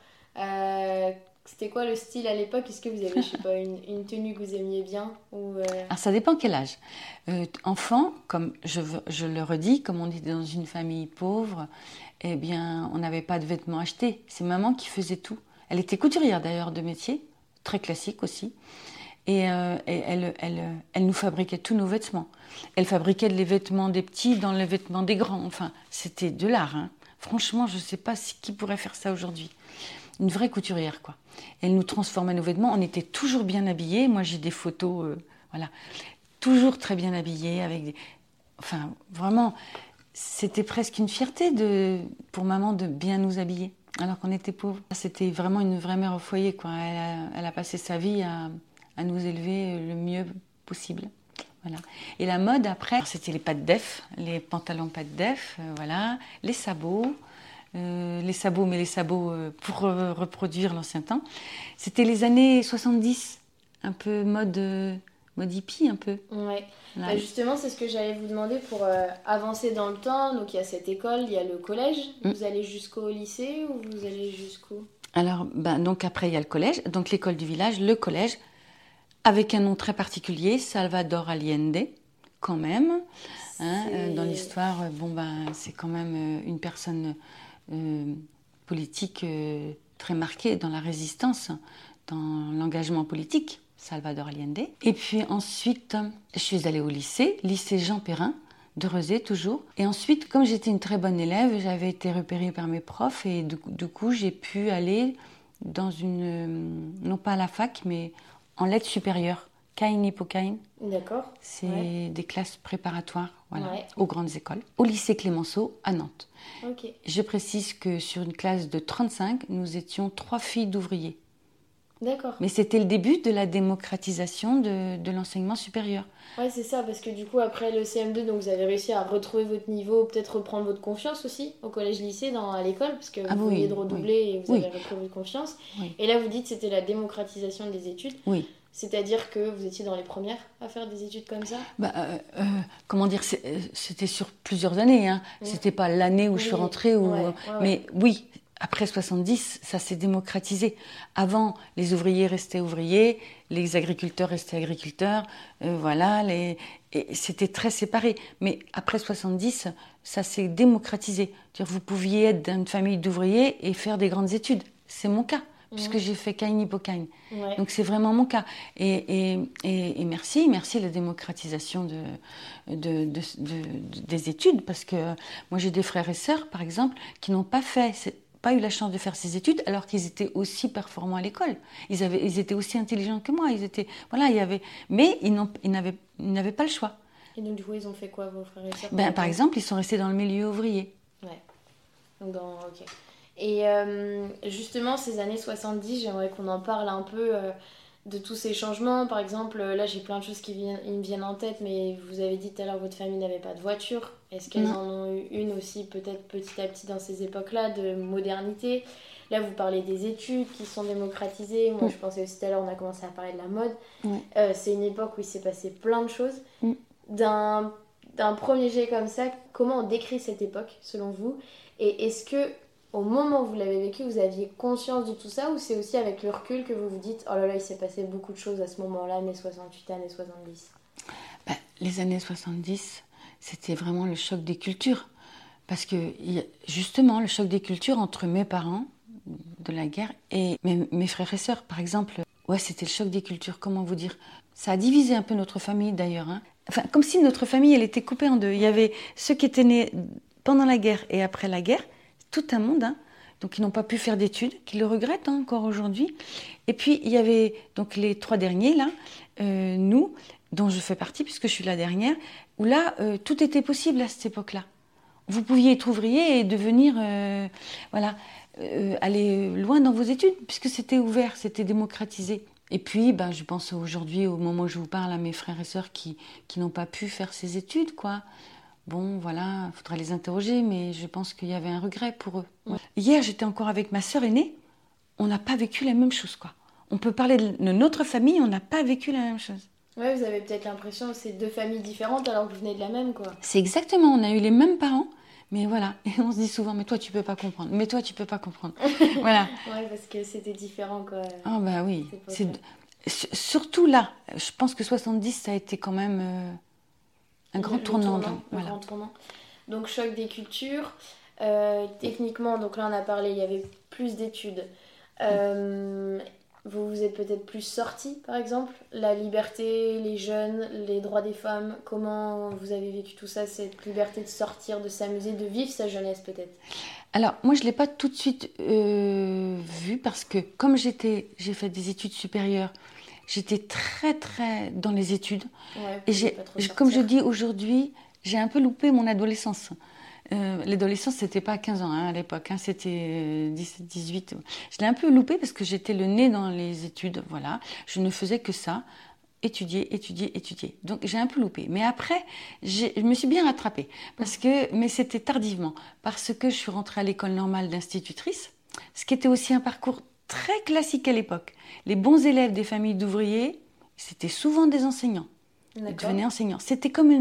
c'était quoi le style à l'époque ? Est-ce que vous avez, je sais pas, une tenue que vous aimiez bien ou Alors ça dépend quel âge. Enfant, comme je le redis, comme on était dans une famille pauvre, eh bien, on n'avait pas de vêtements achetés. C'est maman qui faisait tout. Elle était couturière d'ailleurs de métier, très classique aussi. Et elle nous fabriquait tous nos vêtements. Elle fabriquait les vêtements des petits dans les vêtements des grands. Enfin, c'était de l'art. Hein. Franchement, je ne sais pas qui pourrait faire ça aujourd'hui. Une vraie couturière, quoi. Elle nous transformait nos vêtements. On était toujours bien habillés. Moi, j'ai des photos, voilà. Toujours très bien habillés, avec des... Enfin, vraiment, c'était presque une fierté pour maman de bien nous habiller, alors qu'on était pauvres. C'était vraiment une vraie mère au foyer, quoi. Elle a passé sa vie à nous élever le mieux possible. Voilà. Et la mode, après, c'était les pattes def, les pantalons pattes def, voilà, les sabots. Les sabots pour reproduire l'ancien temps. C'était les années 70, un peu mode hippie, un peu. Ouais. Voilà. Justement, c'est ce que j'allais vous demander pour avancer dans le temps. Donc, il y a cette école, il y a le collège. Vous allez jusqu'au lycée ou vous allez jusqu'où ? Alors, donc après, il y a le collège, donc l'école du village, le collège, avec un nom très particulier, Salvador Allende, quand même. Hein, dans l'histoire, c'est quand même une personne... politique très marquée dans la résistance, dans l'engagement politique, Salvador Allende. Et puis ensuite, je suis allée au lycée Jean Perrin, de Rezé toujours. Et ensuite, comme j'étais une très bonne élève, j'avais été repérée par mes profs et du coup, j'ai pu aller dans non pas à la fac, mais en lettres supérieures. Cain Hippocaïn. D'accord. C'est des classes préparatoires aux grandes écoles. Au lycée Clémenceau, à Nantes. Okay. Je précise que sur une classe de 35, nous étions 3 filles d'ouvriers. D'accord. Mais c'était le début de la démocratisation de l'enseignement supérieur. Ouais, c'est ça, parce que du coup, après le CM2, donc vous avez réussi à retrouver votre niveau, peut-être reprendre votre confiance aussi au collège-lycée, à l'école, parce que vous veniez de redoubler et vous avez retrouvé votre confiance. Oui. Et là, vous dites que c'était la démocratisation des études. Oui. C'est-à-dire que vous étiez dans les premières à faire des études comme ça ? Comment dire, c'était sur plusieurs années. Hein. C'était pas l'année où je suis rentrée. Mais oui, après 70, ça s'est démocratisé. Avant, les ouvriers restaient ouvriers, les agriculteurs restaient agriculteurs. Et c'était très séparé. Mais après 70, ça s'est démocratisé. Vous pouviez être d'une famille d'ouvriers et faire des grandes études. C'est mon cas. Puisque j'ai fait Cain Hippocaïn. Ouais. Donc c'est vraiment mon cas. Et merci la démocratisation des études, parce que moi j'ai des frères et sœurs, par exemple, qui n'ont pas fait pas eu la chance de faire ces études alors qu'ils étaient aussi performants à l'école. Ils étaient aussi intelligents que moi. Mais ils n'avaient pas le choix. Et donc, du coup, ils ont fait quoi, vos frères et sœurs? Par exemple, ils sont restés dans le milieu ouvrier. Ouais. Ok. Et justement, ces années 70, j'aimerais qu'on en parle un peu de tous ces changements. Par exemple, là, j'ai plein de choses ils me viennent en tête, mais vous avez dit tout à l'heure que votre famille n'avait pas de voiture. Est-ce qu'elles en ont eu une aussi, peut-être petit à petit dans ces époques-là, de modernité? Là, vous parlez des études qui sont démocratisées. Moi, je pensais aussi tout à l'heure, on a commencé à parler de la mode. C'est une époque où il s'est passé plein de choses. D'un premier jet comme ça, comment on décrit cette époque, selon vous? Et est-ce que au moment où vous l'avez vécu, vous aviez conscience de tout ça, ou c'est aussi avec le recul que vous vous dites oh là là, il s'est passé beaucoup de choses à ce moment-là, années 68, années 70? Les années 70, c'était vraiment le choc des cultures. Parce que, justement, le choc des cultures entre mes parents de la guerre et mes frères et sœurs, par exemple. Ouais, c'était le choc des cultures, comment vous dire? Ça a divisé un peu notre famille, d'ailleurs. Enfin, comme si notre famille, elle était coupée en deux. Il y avait ceux qui étaient nés pendant la guerre et après la guerre, tout un monde, donc ils n'ont pas pu faire d'études, qui le regrettent encore aujourd'hui. Et puis il y avait donc les 3 derniers là, nous, dont je fais partie puisque je suis la dernière, où là tout était possible à cette époque-là. Vous pouviez être ouvrier et devenir, aller loin dans vos études puisque c'était ouvert, c'était démocratisé. Et puis, je pense aujourd'hui, au moment où je vous parle, à mes frères et sœurs qui n'ont pas pu faire ces études, quoi. Bon, voilà, il faudra les interroger, mais je pense qu'il y avait un regret pour eux. Ouais. Hier, j'étais encore avec ma sœur aînée. On n'a pas vécu la même chose, quoi. On peut parler de notre famille, on n'a pas vécu la même chose. Ouais, vous avez peut-être l'impression que c'est 2 familles différentes alors que vous venez de la même, quoi. C'est exactement, on a eu les mêmes parents, mais voilà. Et on se dit souvent, mais toi, tu peux pas comprendre. Mais toi, tu peux pas comprendre. Voilà. Ouais, parce que c'était différent, quoi. Ah oui. Surtout là, je pense que 70, ça a été quand même... un grand tournant. Grand tournant. Donc, choc des cultures. Techniquement, donc là, on a parlé, il y avait plus d'études. Vous vous êtes peut-être plus sortis, par exemple. La liberté, les jeunes, les droits des femmes. Comment vous avez vécu tout ça, cette liberté de sortir, de s'amuser, de vivre sa jeunesse, peut-être? Alors, moi, je ne l'ai pas tout de suite vu parce que comme j'ai fait des études supérieures, j'étais très, très dans les études. Ouais, et comme je dis aujourd'hui, j'ai un peu loupé mon adolescence. L'adolescence, c'était pas 15 ans à l'époque, c'était 17, 18. Je l'ai un peu loupé parce que j'étais le nez dans les études, voilà. Je ne faisais que ça, étudier. Donc j'ai un peu loupé. Mais après, je me suis bien rattrapée. Mais c'était tardivement, parce que je suis rentrée à l'école normale d'institutrice, ce qui était aussi un parcours très classique à l'époque. Les bons élèves des familles d'ouvriers, c'était souvent des enseignants. Ils devenaient enseignants. C'était comme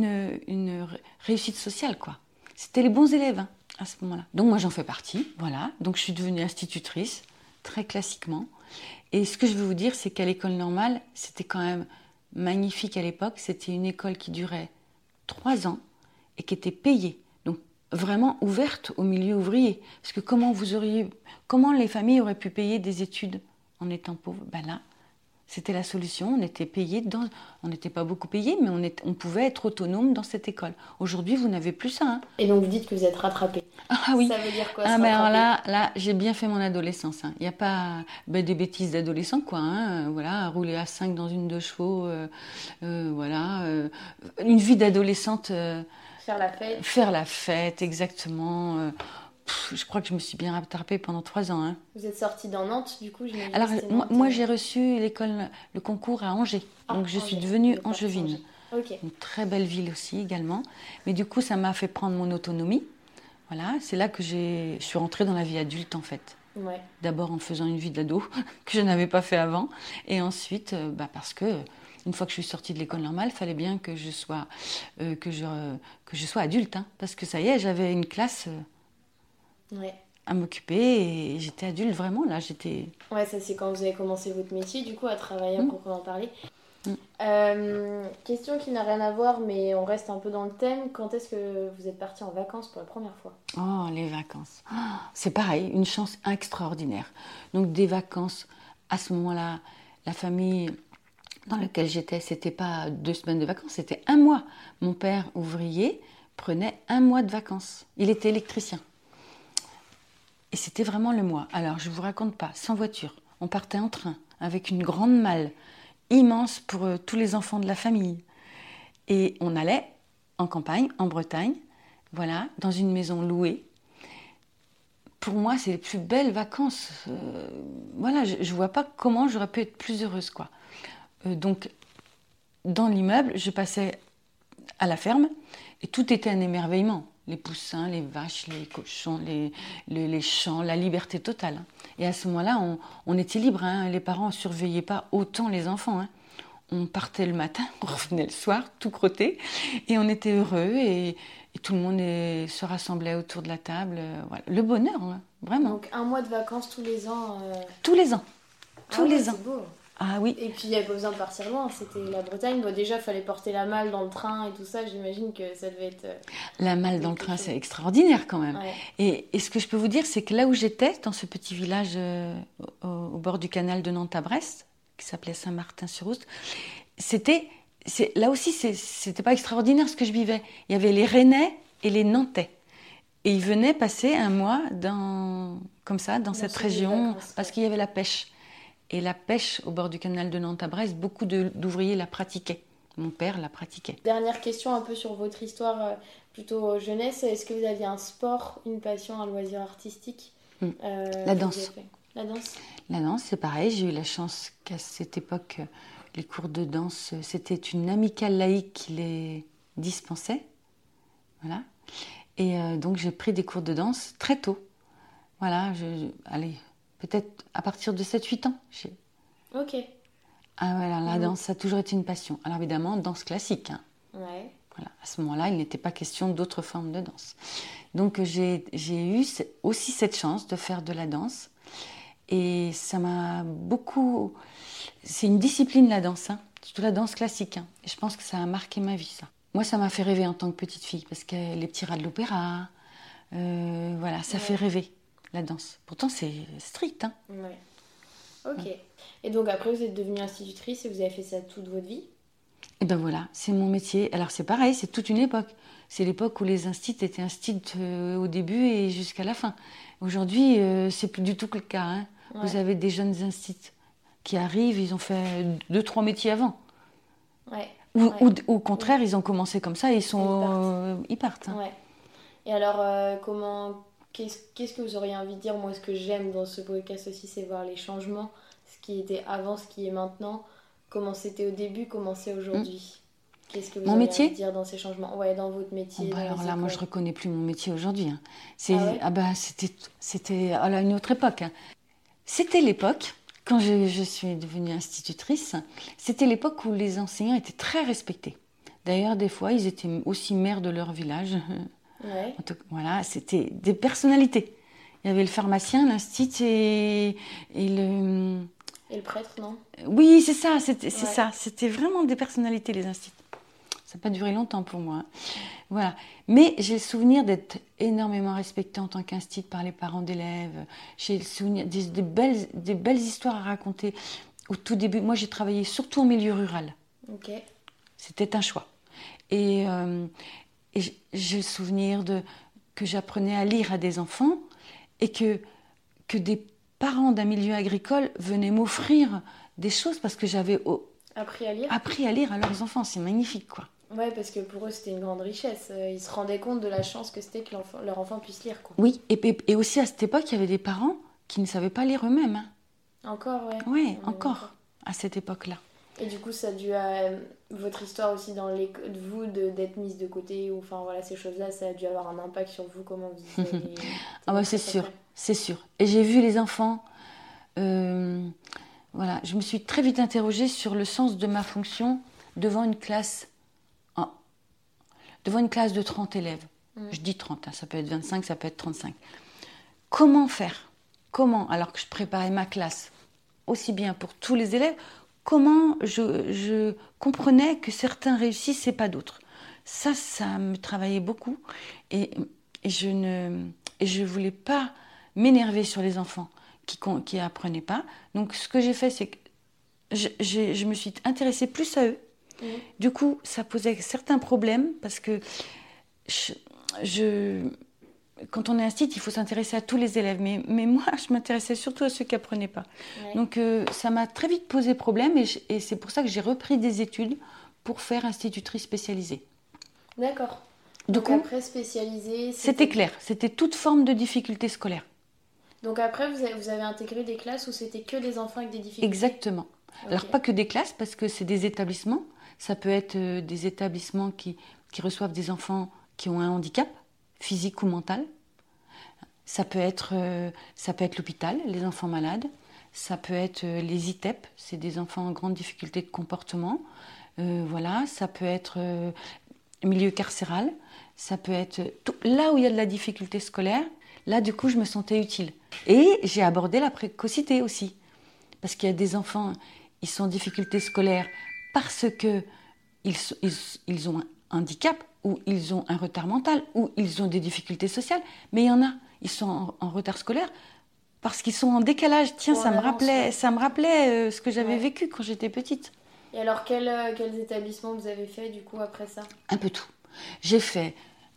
une réussite sociale, quoi. C'était les bons élèves à ce moment-là. Donc moi, j'en fais partie, voilà. Donc je suis devenue institutrice, très classiquement. Et ce que je veux vous dire, c'est qu'à l'école normale, c'était quand même magnifique à l'époque. C'était une école qui durait 3 ans et qui était payée. Donc vraiment ouverte au milieu ouvrier. Parce que comment les familles auraient pu payer des études en étant pauvres? Là, c'était la solution. On était payé on n'était pas beaucoup payé, mais on pouvait être autonome dans cette école. Aujourd'hui, vous n'avez plus ça. Et donc vous dites que vous êtes rattrapé. Ah oui. Ça veut dire quoi? Mais alors là, j'ai bien fait mon adolescence. Il n'y a pas des bêtises d'adolescent, quoi. Voilà, rouler à 5 dans une 2 chevaux, voilà, une vie d'adolescente. Faire la fête. Faire la fête, exactement. Je crois que je me suis bien rattrapée pendant 3 ans. Vous êtes sortie dans Nantes, du coup? Alors, moi, j'ai reçu le concours à Angers. Donc, je suis devenue angevine. Okay. Une très belle ville aussi, également. Mais du coup, ça m'a fait prendre mon autonomie. Voilà, c'est là que je suis rentrée dans la vie adulte, en fait. Ouais. D'abord en faisant une vie d'ado, que je n'avais pas fait avant. Et ensuite, parce que... Une fois que je suis sortie de l'école normale, il fallait bien que je sois adulte. Parce que ça y est, j'avais une classe... à m'occuper et j'étais adulte vraiment là, Ouais, ça c'est quand vous avez commencé votre métier du coup à travailler à proprement parler. Question qui n'a rien à voir mais on reste un peu dans le thème. Quand est-ce que vous êtes partie en vacances pour la première fois? Oh, les vacances. C'est pareil, une chance extraordinaire. Donc des vacances, à ce moment-là, la famille dans laquelle j'étais, c'était pas 2 semaines de vacances, c'était 1 mois. Mon père, ouvrier, prenait 1 mois de vacances. Il était électricien. Et Et c'était vraiment le mois. Alors, je ne vous raconte pas, sans voiture. On partait en train, avec une grande malle immense pour tous les enfants de la famille. Et on allait en campagne, en Bretagne, voilà, dans une maison louée. Pour moi, c'est les plus belles vacances. Voilà, je ne vois pas comment j'aurais pu être plus heureuse, quoi. Donc, dans l'immeuble, je passais à la ferme et tout était un émerveillement. Les poussins, les vaches, les cochons, les champs, la liberté totale. Et à ce moment-là, on était libre. Les parents ne surveillaient pas autant les enfants. On partait le matin, on revenait le soir, tout crotté. Et on était heureux et tout le monde se rassemblait autour de la table. Voilà. Le bonheur, vraiment. Donc 1 mois de vacances tous les ans. Tous les ans. Tous les ans. C'est beau. Ah oui. Et puis il n'y avait pas besoin de partir loin, c'était la Bretagne. Bon, déjà, il fallait porter la malle dans le train et tout ça. J'imagine que ça devait être... La malle dans le train, c'est extraordinaire quand même. Ouais. Et ce que je peux vous dire, c'est que là où j'étais, dans ce petit village au bord du canal de Nantes à Brest, qui s'appelait Saint-Martin-sur-Oust, là aussi, c'était pas extraordinaire ce que je vivais. Il y avait les Rennais et les Nantais. Et ils venaient passer un mois comme ça, dans cette région, parce qu'il y avait la pêche. Et la pêche au bord du canal de Nantes à Brest, beaucoup d'ouvriers la pratiquaient. Mon père la pratiquait. Dernière question un peu sur votre histoire plutôt jeunesse. Est-ce que vous aviez un sport, une passion, un loisir artistique La danse. La danse. La danse, c'est pareil. J'ai eu la chance qu'à cette époque, les cours de danse, c'était une amicale laïque qui les dispensait. Voilà. Et donc j'ai pris des cours de danse très tôt. Voilà, allez, peut-être à partir de 7-8 ans. Ok. Ah voilà, la danse, ça a toujours été une passion. Alors évidemment, danse classique. Ouais. Voilà, à ce moment-là, il n'était pas question d'autres formes de danse. Donc j'ai eu aussi cette chance de faire de la danse. Et ça m'a beaucoup... C'est une discipline, la danse, surtout la danse classique. Et je pense que ça a marqué ma vie, ça. Moi, ça m'a fait rêver en tant que petite fille, parce que les petits rats de l'opéra, voilà, ça fait rêver, la danse. Pourtant, c'est strict. Ouais. Ok. Et donc après, vous êtes devenue institutrice et vous avez fait ça toute votre vie ? Et ben voilà, c'est mon métier. Alors c'est pareil, c'est toute une époque. C'est l'époque où les instituts étaient instituts au début et jusqu'à la fin. Aujourd'hui, c'est plus du tout le cas. Ouais. Vous avez des jeunes instituts qui arrivent, ils ont fait 2-3 métiers avant. Ouais. Ou au contraire, ils ont commencé comme ça et ils partent. Ouais. Et alors, qu'est-ce que vous auriez envie de dire ? Moi, ce que j'aime dans ce podcast aussi, c'est voir les changements, ce qui était avant, ce qui est maintenant, comment c'était au début, comment c'est aujourd'hui. Qu'est-ce que vous auriez envie de dire dans ces changements ? Ouais, dans votre métier. Alors là, moi, je reconnais plus mon métier aujourd'hui. C'était une autre époque. C'était l'époque, quand je suis devenue institutrice, c'était l'époque où les enseignants étaient très respectés. D'ailleurs, des fois, ils étaient aussi maires de leur village. Ouais. Voilà, c'était des personnalités. Il y avait le pharmacien, l'instit et le... Et le prêtre, non ? Oui, c'est ça, ça. C'était vraiment des personnalités, les instituts. Ça n'a pas duré longtemps pour moi. Voilà. Mais j'ai le souvenir d'être énormément respectée en tant qu'institut par les parents d'élèves. J'ai le souvenir des belles histoires à raconter. Au tout début, moi j'ai travaillé surtout au milieu rural. Ok. C'était un choix. Et j'ai le souvenir que j'apprenais à lire à des enfants et que des parents d'un milieu agricole venaient m'offrir des choses parce que j'avais appris à lire à leurs enfants. C'est magnifique, quoi. Ouais, parce que pour eux, c'était une grande richesse. Ils se rendaient compte de la chance que c'était que leur enfant puisse lire, quoi. Oui, et aussi à cette époque, il y avait des parents qui ne savaient pas lire eux-mêmes. Encore, ouais. Oui, encore, à cette époque-là. Et du coup, ça a dû votre histoire aussi d'être mise de côté, ou enfin voilà, ces choses-là, ça a dû avoir un impact sur vous, comment vous vivez. Ah bah c'est sûr. Et j'ai vu les enfants. Voilà, je me suis très vite interrogée sur le sens de ma fonction devant une classe de 30 élèves. Je dis 30, ça peut être 25, ça peut être 35. Comment faire ? Alors que je préparais ma classe aussi bien pour tous les élèves, comment je comprenais que certains réussissent et pas d'autres. Ça me travaillait beaucoup et je voulais pas m'énerver sur les enfants qui apprenaient pas. Donc ce que j'ai fait, c'est que je me suis intéressée plus à eux. Du coup, ça posait certains problèmes parce que quand on est institut, il faut s'intéresser à tous les élèves. Mais moi, je m'intéressais surtout à ceux qui n'apprenaient pas. Ouais. Donc, ça m'a très vite posé problème et c'est pour ça que j'ai repris des études pour faire institutrice spécialisée. D'accord. Donc après, spécialisée... C'était clair. C'était toute forme de difficulté scolaire. Donc après, vous avez intégré des classes où c'était que des enfants avec des difficultés? Exactement. Okay. Alors, pas que des classes, parce que c'est des établissements. Ça peut être des établissements qui reçoivent des enfants qui ont un handicap, physique ou mental. Ça peut être l'hôpital, les enfants malades. Ça peut être les ITEP, c'est des enfants en grande difficulté de comportement. Voilà, ça peut être milieu carcéral. Ça peut être là où il y a de la difficulté scolaire. Là, du coup, je me sentais utile. Et j'ai abordé la précocité aussi. Parce qu'il y a des enfants, ils sont en difficulté scolaire parce qu'ils ont un handicap, ou ils ont un retard mental, ou ils ont des difficultés sociales. Mais il y en a, ils sont en retard scolaire parce qu'ils sont en décalage. Tiens, ça me rappelait ce que j'avais vécu quand j'étais petite. Et alors, quels établissements vous avez fait, du coup, après ça? Un peu tout. J'ai fait...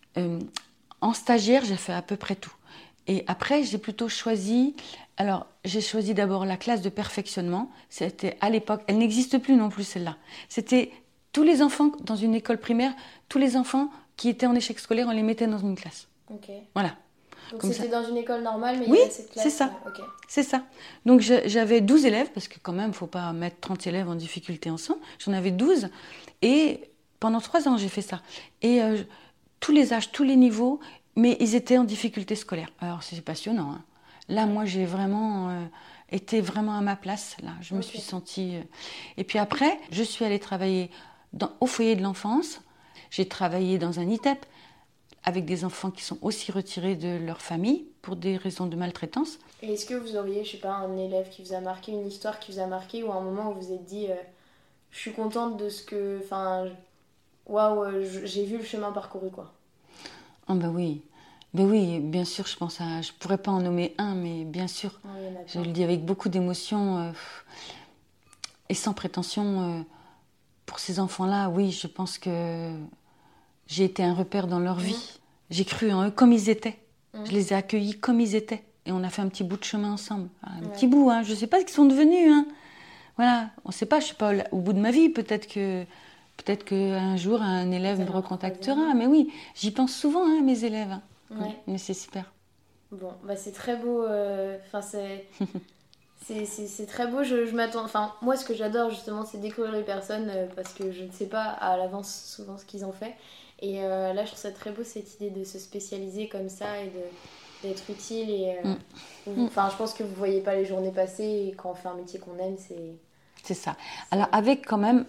en stagiaire, j'ai fait à peu près tout. Et après, j'ai plutôt choisi... Alors, j'ai choisi d'abord la classe de perfectionnement. C'était à l'époque... Elle n'existe plus non plus, celle-là. C'était tous les enfants, dans une école primaire, tous les enfants qui étaient en échec scolaire, on les mettait dans une classe. Ok. Voilà. Donc c'était dans une école normale, mais oui, il y avait cette classe. Oui, c'est ça. Okay. C'est ça. Donc j'avais 12 élèves, parce que quand même, il ne faut pas mettre 30 élèves en difficulté ensemble. J'en avais 12. Et pendant 3 ans, j'ai fait ça. Et tous les âges, tous les niveaux, mais ils étaient en difficulté scolaire. Alors c'est passionnant. Hein. Là, moi, j'ai vraiment été vraiment à ma place. Là, je me suis sentie... Et puis après, je suis allée travailler au foyer de l'enfance. J'ai travaillé dans un ITEP avec des enfants qui sont aussi retirés de leur famille pour des raisons de maltraitance. Et est-ce que vous auriez, je sais pas, un élève qui vous a marqué, une histoire qui vous a marqué, ou un moment où vous vous êtes dit je suis contente de ce que... Enfin, waouh, j'ai vu le chemin parcouru, quoi. Ah ben oui. Ben oui, bien sûr, je pense à... Je pourrais pas en nommer un, mais bien sûr. Oui, je le dis avec beaucoup d'émotion et sans prétention. Pour ces enfants-là, oui, je pense que j'ai été un repère dans leur vie. J'ai cru en eux comme ils étaient. Je les ai accueillis comme ils étaient. Et on a fait un petit bout de chemin ensemble. Un petit bout, hein. Je ne sais pas ce qu'ils sont devenus. Hein. Voilà, on ne sait pas, je ne suis pas au bout de ma vie. Peut-être qu'un jour, un élève me recontactera. Mais oui, j'y pense souvent, hein, mes élèves. Hein. Ouais. Mais c'est super. Bon, bah c'est très beau. C'est très beau, je m'attends... Enfin, moi, ce que j'adore, justement, c'est découvrir les personnes parce que je ne sais pas à l'avance souvent ce qu'ils ont fait. Et là, je trouve ça très beau, cette idée de se spécialiser comme ça et d'être utile. Et, enfin, je pense que vous ne voyez pas les journées passer et quand on fait un métier qu'on aime, c'est ça. Alors, avec quand même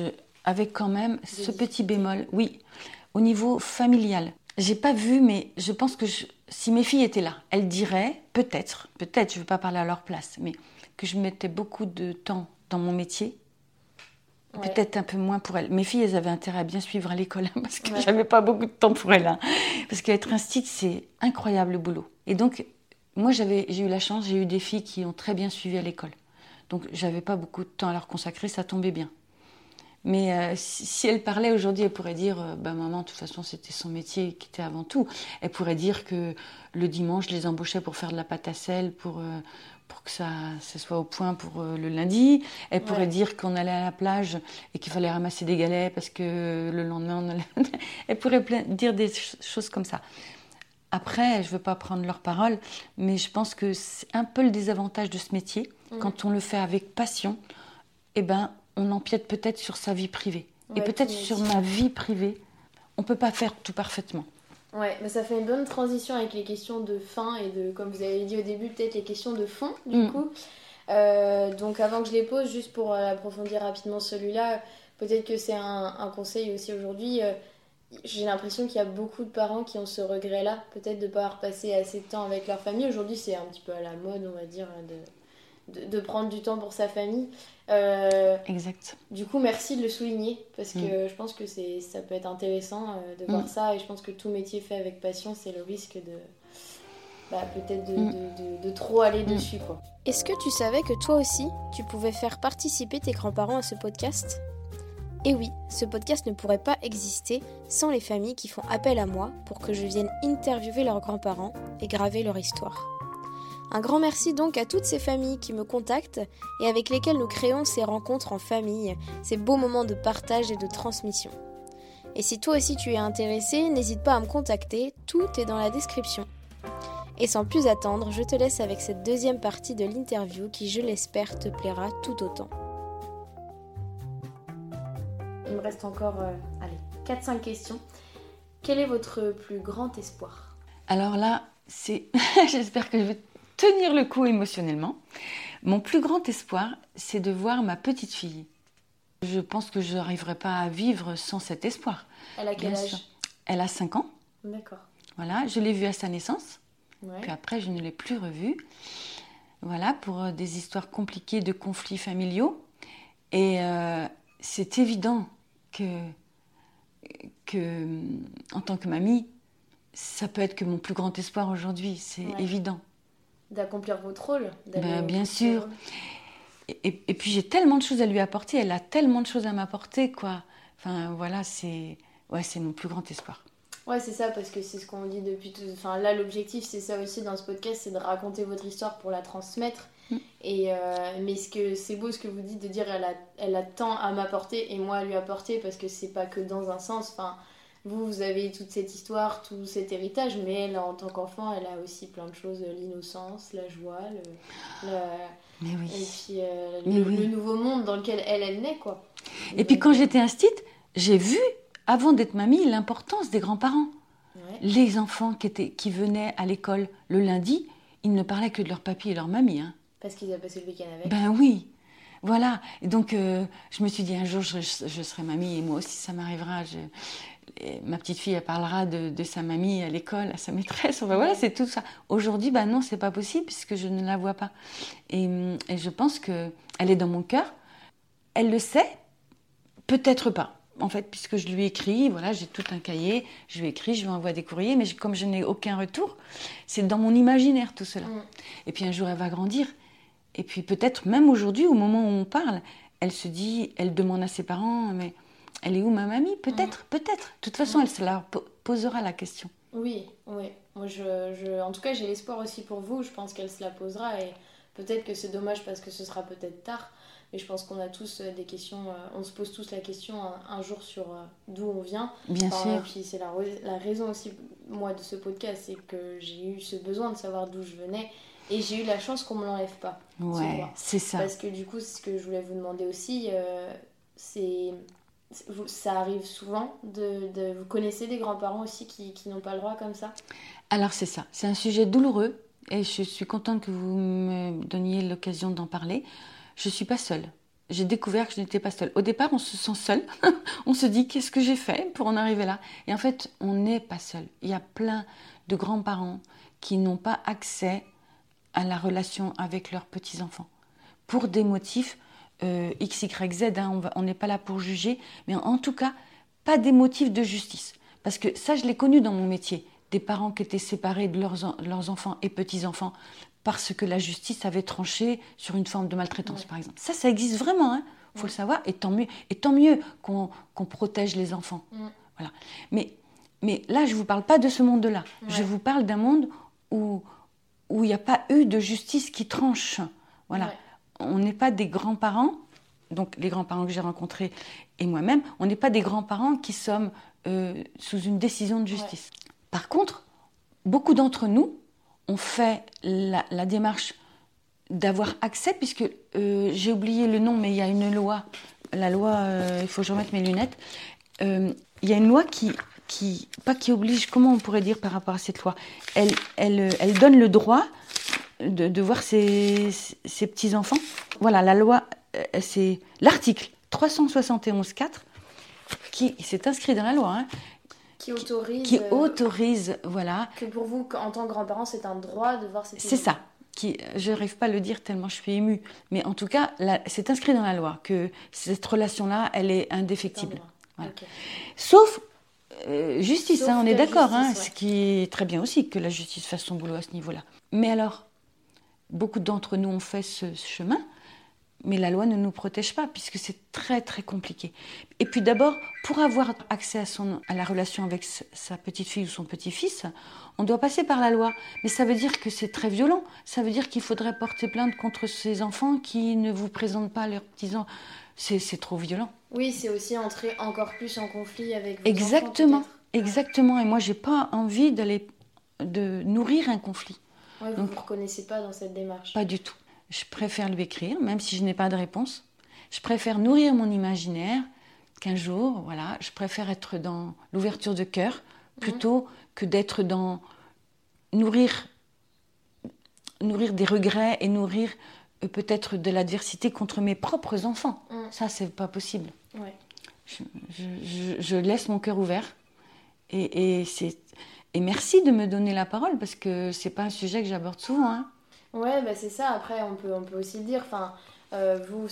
ce petit bémol, oui, au niveau familial. J'ai pas vu, mais je pense que si mes filles étaient là, elles diraient, peut-être, je ne veux pas parler à leur place, mais que je mettais beaucoup de temps dans mon métier, peut-être un peu moins pour elles. Mes filles, elles avaient intérêt à bien suivre à l'école, hein, parce que j'avais pas beaucoup de temps pour elles. Hein, parce qu'être institut, c'est incroyable le boulot. Et donc, moi, j'ai eu la chance, j'ai eu des filles qui ont très bien suivi à l'école. Donc, j'avais pas beaucoup de temps à leur consacrer, ça tombait bien. Mais si elle parlait aujourd'hui, elle pourrait dire maman, de toute façon, c'était son métier qui était avant tout. Elle pourrait dire que le dimanche, je les embauchais pour faire de la pâte à sel, pour que ça soit au point pour le lundi. Elle pourrait dire qu'on allait à la plage et qu'il fallait ramasser des galets parce que le lendemain, on allait... Elle pourrait dire des choses comme ça. Après, je ne veux pas prendre leur parole, mais je pense que c'est un peu le désavantage de ce métier. Quand on le fait avec passion, on empiète peut-être sur sa vie privée. Et peut-être sur ma vie privée, on ne peut pas faire tout parfaitement. Ouais, mais ça fait une bonne transition avec les questions de fin et de, comme vous avez dit au début, peut-être les questions de fond, du coup. Donc avant que je les pose, juste pour approfondir rapidement celui-là, peut-être que c'est un conseil aussi aujourd'hui. J'ai l'impression qu'il y a beaucoup de parents qui ont ce regret-là, peut-être de ne pas avoir passé assez de temps avec leur famille. Aujourd'hui, c'est un petit peu à la mode, on va dire, de prendre du temps pour sa famille. Exact. Du coup, merci de le souligner parce que je pense que ça peut être intéressant de voir ça, et je pense que tout métier fait avec passion, c'est le risque peut-être de trop aller dessus, quoi. Est-ce que tu savais que toi aussi, tu pouvais faire participer tes grands-parents à ce podcast ? Et oui, ce podcast ne pourrait pas exister sans les familles qui font appel à moi pour que je vienne interviewer leurs grands-parents et graver leur histoire. Un grand merci donc à toutes ces familles qui me contactent et avec lesquelles nous créons ces rencontres en famille, ces beaux moments de partage et de transmission. Et si toi aussi tu es intéressé, n'hésite pas à me contacter, tout est dans la description. Et sans plus attendre, je te laisse avec cette deuxième partie de l'interview qui, je l'espère, te plaira tout autant. Il me reste encore 4-5 questions. Quel est votre plus grand espoir ? Alors là, j'espère que je vais tenir le coup émotionnellement. Mon plus grand espoir, c'est de voir ma petite fille. Je pense que je n'arriverai pas à vivre sans cet espoir. Elle a quel âge ? Elle a 5 ans. D'accord. Voilà, je l'ai vue à sa naissance. Ouais. Puis après, je ne l'ai plus revue. Voilà, pour des histoires compliquées de conflits familiaux. Et c'est évident que en tant que mamie, ça peut être que mon plus grand espoir aujourd'hui, c'est évident. D'accomplir votre rôle. Bien sûr. Et puis j'ai tellement de choses à lui apporter, elle a tellement de choses à m'apporter, quoi. Enfin voilà, c'est mon plus grand espoir. Ouais, c'est ça, parce que c'est ce qu'on dit depuis tout... Enfin là, l'objectif, c'est ça aussi dans ce podcast, c'est de raconter votre histoire pour la transmettre. Et mais c'est beau ce que vous dites de dire elle a tant à m'apporter et moi à lui apporter, parce que c'est pas que dans un sens. Enfin, vous avez toute cette histoire, tout cet héritage, mais elle, en tant qu'enfant, elle a aussi plein de choses, l'innocence, la joie, Mais oui. Et puis le nouveau monde dans lequel elle naît, quoi. Et puis quand j'étais instite, j'ai vu, avant d'être mamie, l'importance des grands-parents. Ouais. Les enfants qui venaient à l'école le lundi, ils ne parlaient que de leur papy et leur mamie, hein. Parce qu'ils avaient passé le week-end avec. Ben oui, voilà. Et donc, je me suis dit, un jour, je serai mamie et moi aussi, ça m'arrivera. Ma petite fille, elle parlera de sa mamie à l'école, à sa maîtresse. Enfin, voilà, c'est tout ça. Aujourd'hui, non, c'est pas possible puisque je ne la vois pas. Et je pense qu'elle est dans mon cœur. Elle le sait, peut-être pas. En fait, puisque je lui écris, voilà, j'ai tout un cahier, je lui écris, je lui envoie des courriers, mais comme je n'ai aucun retour, c'est dans mon imaginaire tout cela. Et puis un jour, elle va grandir. Et puis peut-être, même aujourd'hui, au moment où on parle, elle se dit, elle demande à ses parents, mais elle est où ma mamie ? Peut-être. De toute façon, elle se la posera la question. Oui. Moi, en tout cas, j'ai l'espoir aussi pour vous. Je pense qu'elle se la posera et peut-être que c'est dommage parce que ce sera peut-être tard. Mais je pense qu'on a tous des questions, on se pose tous la question un jour sur d'où on vient. Bien sûr. Et puis c'est la raison aussi, moi, de ce podcast, c'est que j'ai eu ce besoin de savoir d'où je venais. Et j'ai eu la chance qu'on ne me l'enlève pas. Ouais, c'est ça. Parce que du coup, c'est ce que je voulais vous demander aussi, ça arrive souvent vous connaissez des grands-parents aussi qui n'ont pas le droit comme ça ? Alors c'est ça, c'est un sujet douloureux et je suis contente que vous me donniez l'occasion d'en parler. Je ne suis pas seule. J'ai découvert que je n'étais pas seule. Au départ, on se sent seul. On se dit, qu'est-ce que j'ai fait pour en arriver là ? Et en fait, on n'est pas seul. Il y a plein de grands-parents qui n'ont pas accès à la relation avec leurs petits-enfants. Pour des motifs X, Y, Z, on n'est pas là pour juger, mais en tout cas, pas des motifs de justice. Parce que ça, je l'ai connu dans mon métier. Des parents qui étaient séparés de leurs enfants et petits-enfants parce que la justice avait tranché sur une forme de maltraitance, par exemple. Ça existe vraiment, hein, faut le savoir, et tant mieux qu'on protège les enfants. Voilà. Mais là, je ne vous parle pas de ce monde-là. Je vous parle d'un monde où il n'y a pas eu de justice qui tranche. Voilà. On n'est pas des grands-parents, donc les grands-parents que j'ai rencontrés et moi-même, on n'est pas des grands-parents qui sommes sous une décision de justice. Par contre, beaucoup d'entre nous ont fait la démarche d'avoir accès, puisque j'ai oublié le nom, mais il y a une loi, la loi, il faut que je remette mes lunettes, il y a une loi qui oblige, comment on pourrait dire par rapport à cette loi, elle donne le droit de voir ses petits-enfants. Voilà, la loi, c'est l'article 371.4 qui s'est inscrit dans la loi, hein, qui autorise, voilà. Que pour vous, en tant que grand-parent, c'est un droit de voir ses petits-enfants. C'est ça. Je n'arrive pas à le dire tellement je suis émue. Mais en tout cas, c'est inscrit dans la loi que cette relation-là, elle est indéfectible. Voilà. Okay. Sauf justice, on est d'accord. Ce qui est très bien aussi, que la justice fasse son boulot à ce niveau-là. Mais alors, beaucoup d'entre nous ont fait ce chemin Mais la loi ne nous protège pas puisque c'est très très compliqué. Et puis d'abord, pour avoir accès à la relation avec sa petite fille ou son petit-fils, on doit passer par la loi. Mais ça veut dire que c'est très violent. Ça veut dire qu'il faudrait porter plainte contre ces enfants qui ne vous présentent pas leurs petits-enfants. C'est trop violent. Oui, c'est aussi entrer encore plus en conflit avec vos Exactement, enfants, peut-être. exactement. Et moi, j'ai pas envie de nourrir un conflit. Ouais, vous ne vous reconnaissez pas dans cette démarche. Pas du tout. Je préfère lui écrire, même si je n'ai pas de réponse. Je préfère nourrir mon imaginaire qu'un jour, voilà, je préfère être dans l'ouverture de cœur plutôt que d'être dans nourrir des regrets et nourrir peut-être de l'adversité contre mes propres enfants. Ça, c'est pas possible. Ouais. Je laisse mon cœur ouvert et merci de me donner la parole parce que c'est pas un sujet que j'aborde souvent. Hein. Ouais, bah c'est ça. Après, on peut aussi le dire. Enfin, vous,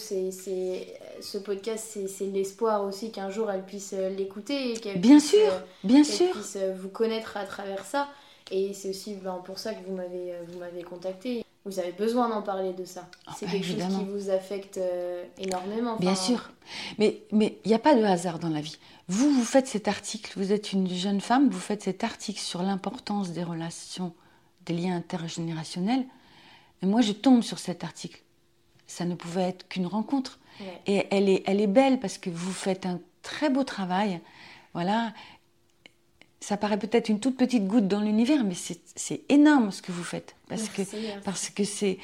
ce podcast, c'est l'espoir aussi qu'un jour elle puisse l'écouter et qu'elle Bien puisse, sûr, bien qu'elle sûr. puisse vous connaître à travers ça. Et c'est aussi pour ça que vous m'avez contacté. Vous avez besoin d'en parler de ça. C'est quelque évidemment. chose qui vous affecte énormément. Bien sûr. Mais il n'y a pas de hasard dans la vie. Vous faites cet article, vous êtes une jeune femme, vous faites cet article sur l'importance des relations, des liens intergénérationnels. Et moi, je tombe sur cet article. Ça ne pouvait être qu'une rencontre. Ouais. Et elle est belle parce que vous faites un très beau travail. Voilà. Ça paraît peut-être une toute petite goutte dans l'univers, mais c'est énorme ce que vous faites. Parce que c'est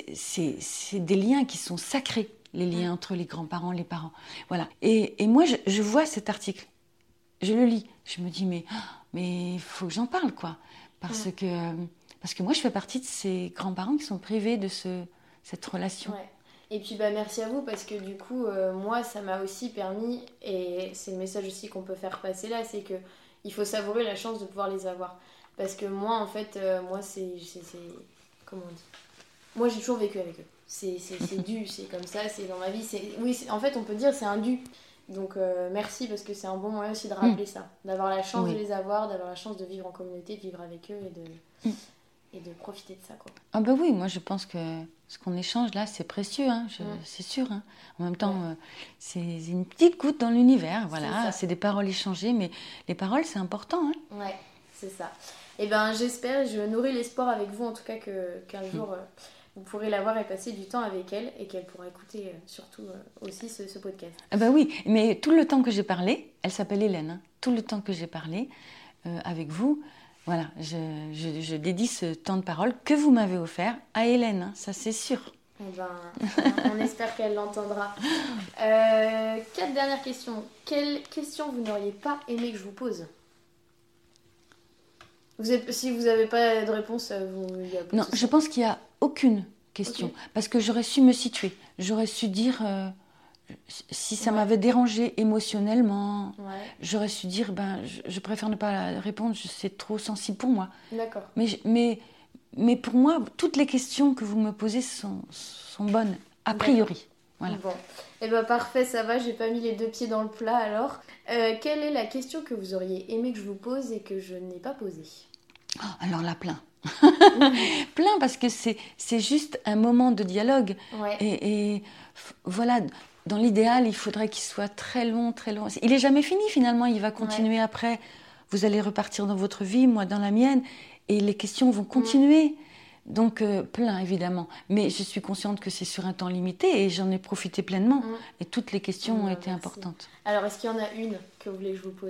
des liens qui sont sacrés, les liens entre les grands-parents, les parents. Voilà. Et moi, je vois cet article. Je le lis. Je me dis, mais il faut que j'en parle, quoi. Parce que moi, je fais partie de ces grands-parents qui sont privés de cette relation. Ouais. Et puis merci à vous parce que du coup, moi, ça m'a aussi permis, et c'est le message aussi qu'on peut faire passer là, c'est que il faut savourer la chance de pouvoir les avoir. Parce que moi, en fait, c'est comment on dit ? Moi, j'ai toujours vécu avec eux. C'est dû, c'est comme ça, c'est dans ma vie. En fait, on peut dire c'est un dû. Donc, merci parce que c'est un bon moyen aussi de rappeler ça. D'avoir la chance de les avoir, d'avoir la chance de vivre en communauté, de vivre avec eux et de profiter de ça, quoi. Ah bah oui, moi je pense que ce qu'on échange là, c'est précieux, hein, c'est sûr. Hein. En même temps, c'est une petite goutte dans l'univers, voilà. C'est des paroles échangées, mais les paroles, c'est important. Hein. Ouais, c'est ça. Et j'espère, je nourris l'espoir avec vous, en tout cas, qu'un jour, vous pourrez la voir et passer du temps avec elle et qu'elle pourra écouter surtout aussi ce podcast. Ah bah oui, mais tout le temps que j'ai parlé, elle s'appelle Hélène, hein, tout le temps que j'ai parlé avec vous, voilà, je dédie ce temps de parole que vous m'avez offert à Hélène, hein, ça c'est sûr. On espère qu'elle l'entendra. 4 dernières questions. Quelle question vous n'auriez pas aimé que je vous pose ? Si vous n'avez pas de réponse, non, je pense qu'il n'y a aucune question. Parce que j'aurais su me situer. J'aurais su dire... si ça m'avait dérangé émotionnellement, j'aurais su dire, je préfère ne pas répondre, c'est trop sensible pour moi. D'accord. Mais pour moi, toutes les questions que vous me posez sont bonnes, a priori. Voilà. Bon, parfait, ça va, j'ai pas mis les 2 pieds dans le plat alors. Quelle est la question que vous auriez aimé que je vous pose et que je n'ai pas posée ? Alors là, plein. Plein, parce que c'est juste un moment de dialogue. Ouais. Et voilà... Dans l'idéal, il faudrait qu'il soit très long, très long. Il n'est jamais fini finalement, il va continuer après. Vous allez repartir dans votre vie, moi dans la mienne, et les questions vont continuer. Donc plein évidemment. Mais je suis consciente que c'est sur un temps limité et j'en ai profité pleinement. Et toutes les questions ont été importantes. Alors est-ce qu'il y en a une que vous voulez que je vous pose ?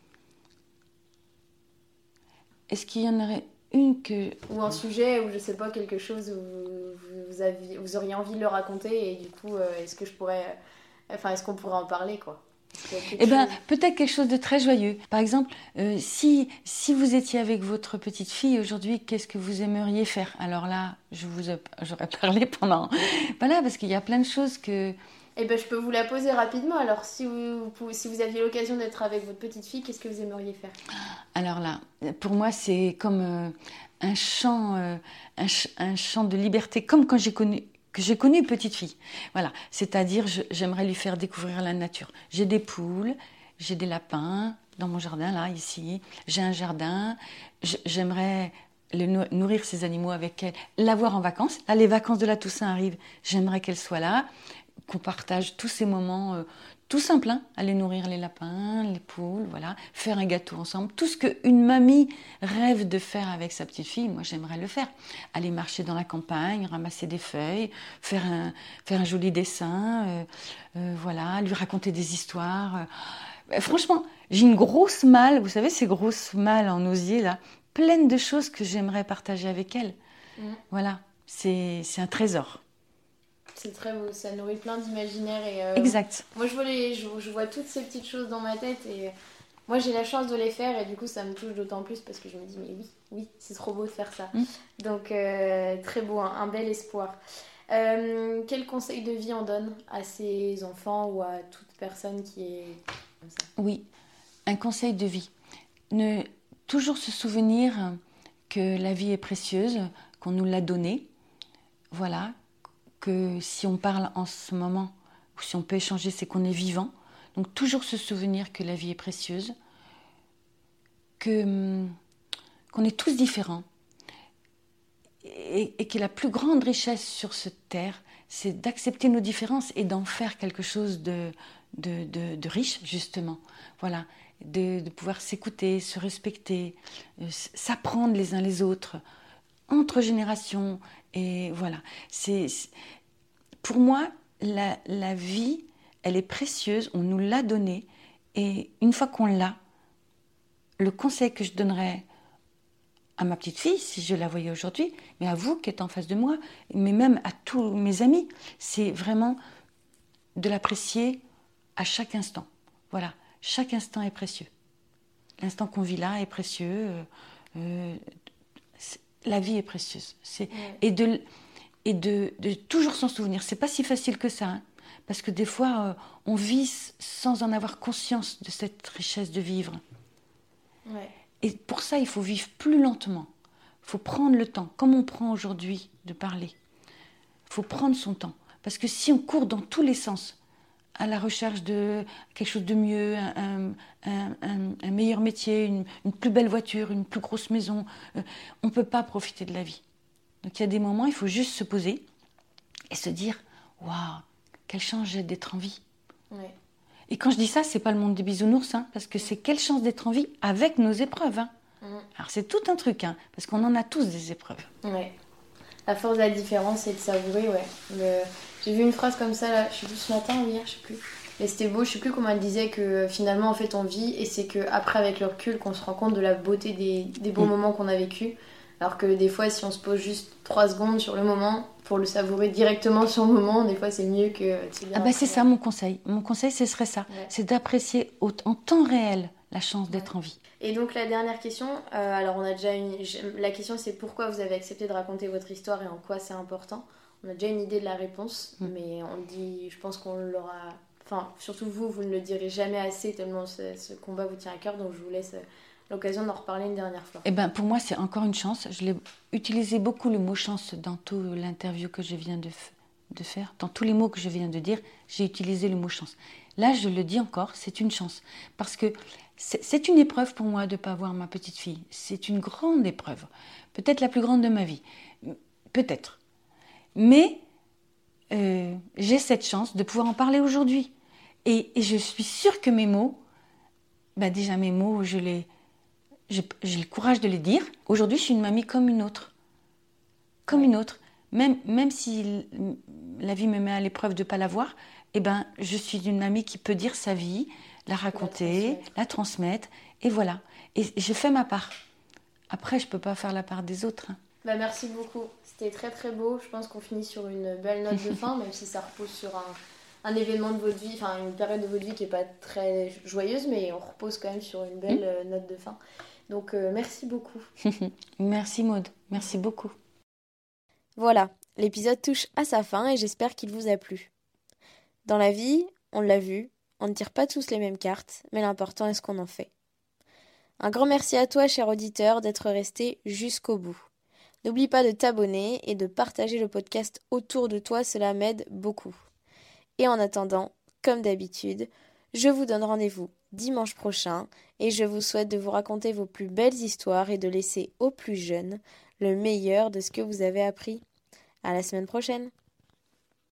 Est-ce qu'il y en aurait une que... Ou un sujet ou je sais pas, quelque chose où vous auriez envie de le raconter et du coup, est-ce qu'on pourrait en parler, quoi ? Peut-être quelque chose de très joyeux. Par exemple, si vous étiez avec votre petite fille aujourd'hui, qu'est-ce que vous aimeriez faire ? Alors là, j'aurais parlé pendant... Voilà, parce qu'il y a plein de choses que... je peux vous la poser rapidement. Alors, si vous aviez l'occasion d'être avec votre petite fille, qu'est-ce que vous aimeriez faire ? Alors là, pour moi, c'est comme un chant de liberté, comme quand j'ai connu petite fille. Voilà, c'est-à-dire, j'aimerais lui faire découvrir la nature. J'ai des poules, j'ai des lapins dans mon jardin, là, ici. J'ai un jardin. J'aimerais nourrir ces animaux avec elle, la voir en vacances. Là, les vacances de la Toussaint arrivent, j'aimerais qu'elle soit là, qu'on partage tous ces moments tout simples, hein, aller nourrir les lapins, les poules, voilà, faire un gâteau ensemble. Tout ce qu'une mamie rêve de faire avec sa petite fille, moi j'aimerais le faire. Aller marcher dans la campagne, ramasser des feuilles, faire un joli dessin, voilà, lui raconter des histoires. Franchement, j'ai une grosse malle, vous savez, ces grosses malles en osier là, pleines de choses que j'aimerais partager avec elle. Voilà, c'est un trésor. C'est très beau, ça nourrit plein d'imaginaire. Exact. Moi, je vois toutes ces petites choses dans ma tête et moi, j'ai la chance de les faire et du coup, ça me touche d'autant plus parce que je me dis, mais oui, c'est trop beau de faire ça. Donc, très beau, un bel espoir. Quel conseil de vie on donne à ses enfants ou à toute personne qui est comme ça? Oui, un conseil de vie. Toujours se souvenir que la vie est précieuse, qu'on nous l'a donnée. Voilà, que si on parle en ce moment, ou si on peut échanger, c'est qu'on est vivant. Donc toujours se souvenir que la vie est précieuse, qu'on est tous différents, et que la plus grande richesse sur cette terre, c'est d'accepter nos différences et d'en faire quelque chose de riche, justement. Voilà, de pouvoir s'écouter, se respecter, s'apprendre les uns les autres, entre générations, et voilà. Pour moi, la vie, elle est précieuse, on nous l'a donnée, et une fois qu'on l'a, le conseil que je donnerais à ma petite fille, si je la voyais aujourd'hui, mais à vous qui êtes en face de moi, mais même à tous mes amis, c'est vraiment de l'apprécier à chaque instant. Voilà, chaque instant est précieux. L'instant qu'on vit là est précieux. La vie est précieuse. Et de toujours s'en souvenir. C'est pas si facile que ça, hein, parce que des fois, on vit sans en avoir conscience de cette richesse de vivre. Ouais. Et pour ça, il faut vivre plus lentement. Il faut prendre le temps, comme on prend aujourd'hui, de parler. Il faut prendre son temps. Parce que si on court dans tous les sens, à la recherche de quelque chose de mieux, un meilleur métier, une plus belle voiture, une plus grosse maison, on ne peut pas profiter de la vie. Donc il y a des moments, il faut juste se poser et se dire « Waouh, quelle chance j'ai d'être en vie ouais. !» Et quand je dis ça, c'est pas le monde des bisounours, hein, parce que c'est quelle chance d'être en vie avec nos épreuves. Hein. Alors c'est tout un truc, hein, parce qu'on en a tous des épreuves. Ouais. La force de la différence, c'est de savourer, ouais. J'ai vu une phrase comme ça, là, je sais plus ce matin ou hier, je sais plus. Mais c'était beau, je sais plus comment elle disait que finalement, en fait, on vit et c'est qu'après, avec le recul, qu'on se rend compte de la beauté des bons moments qu'on a vécus. Alors que des fois, si on se pose juste 3 secondes sur le moment, pour le savourer directement sur le moment, des fois, c'est mieux que... c'est ça mon conseil. Mon conseil, ce serait ça. Ouais. C'est d'apprécier en temps réel la chance d'être en vie. Et donc la dernière question, alors on a déjà la question c'est pourquoi vous avez accepté de raconter votre histoire et en quoi c'est important. On a déjà une idée de la réponse, mais on le dit, je pense qu'on l'aura, enfin surtout vous ne le direz jamais assez tellement ce combat vous tient à cœur, donc je vous laisse l'occasion d'en reparler une dernière fois. Eh ben pour moi c'est encore une chance, je l'ai utilisé beaucoup le mot chance dans toute l'interview que je viens de faire, dans tous les mots que je viens de dire, j'ai utilisé le mot chance. Là je le dis encore, c'est une chance, parce que c'est une épreuve pour moi de ne pas voir ma petite fille. C'est une grande épreuve. Peut-être la plus grande de ma vie. Peut-être. Mais j'ai cette chance de pouvoir en parler aujourd'hui. Et je suis sûre que mes mots, déjà mes mots, j'ai le courage de les dire. Aujourd'hui, je suis une mamie comme une autre. Comme une autre. Même si la vie me met à l'épreuve de ne pas la voir, je suis une mamie qui peut dire sa vie, la raconter, la transmettre, et voilà. Et je fais ma part. Après, je ne peux pas faire la part des autres. Hein. Merci beaucoup. C'était très très beau. Je pense qu'on finit sur une belle note de fin, même si ça repose sur un événement de votre vie, enfin une période de votre vie qui n'est pas très joyeuse, mais on repose quand même sur une belle note de fin. Donc merci beaucoup. Merci Maud, merci beaucoup. Voilà, l'épisode touche à sa fin et j'espère qu'il vous a plu. Dans la vie, on l'a vu, on ne tire pas tous les mêmes cartes, mais l'important est ce qu'on en fait. Un grand merci à toi, cher auditeur, d'être resté jusqu'au bout. N'oublie pas de t'abonner et de partager le podcast autour de toi, cela m'aide beaucoup. Et en attendant, comme d'habitude, je vous donne rendez-vous dimanche prochain et je vous souhaite de vous raconter vos plus belles histoires et de laisser aux plus jeunes le meilleur de ce que vous avez appris. À la semaine prochaine!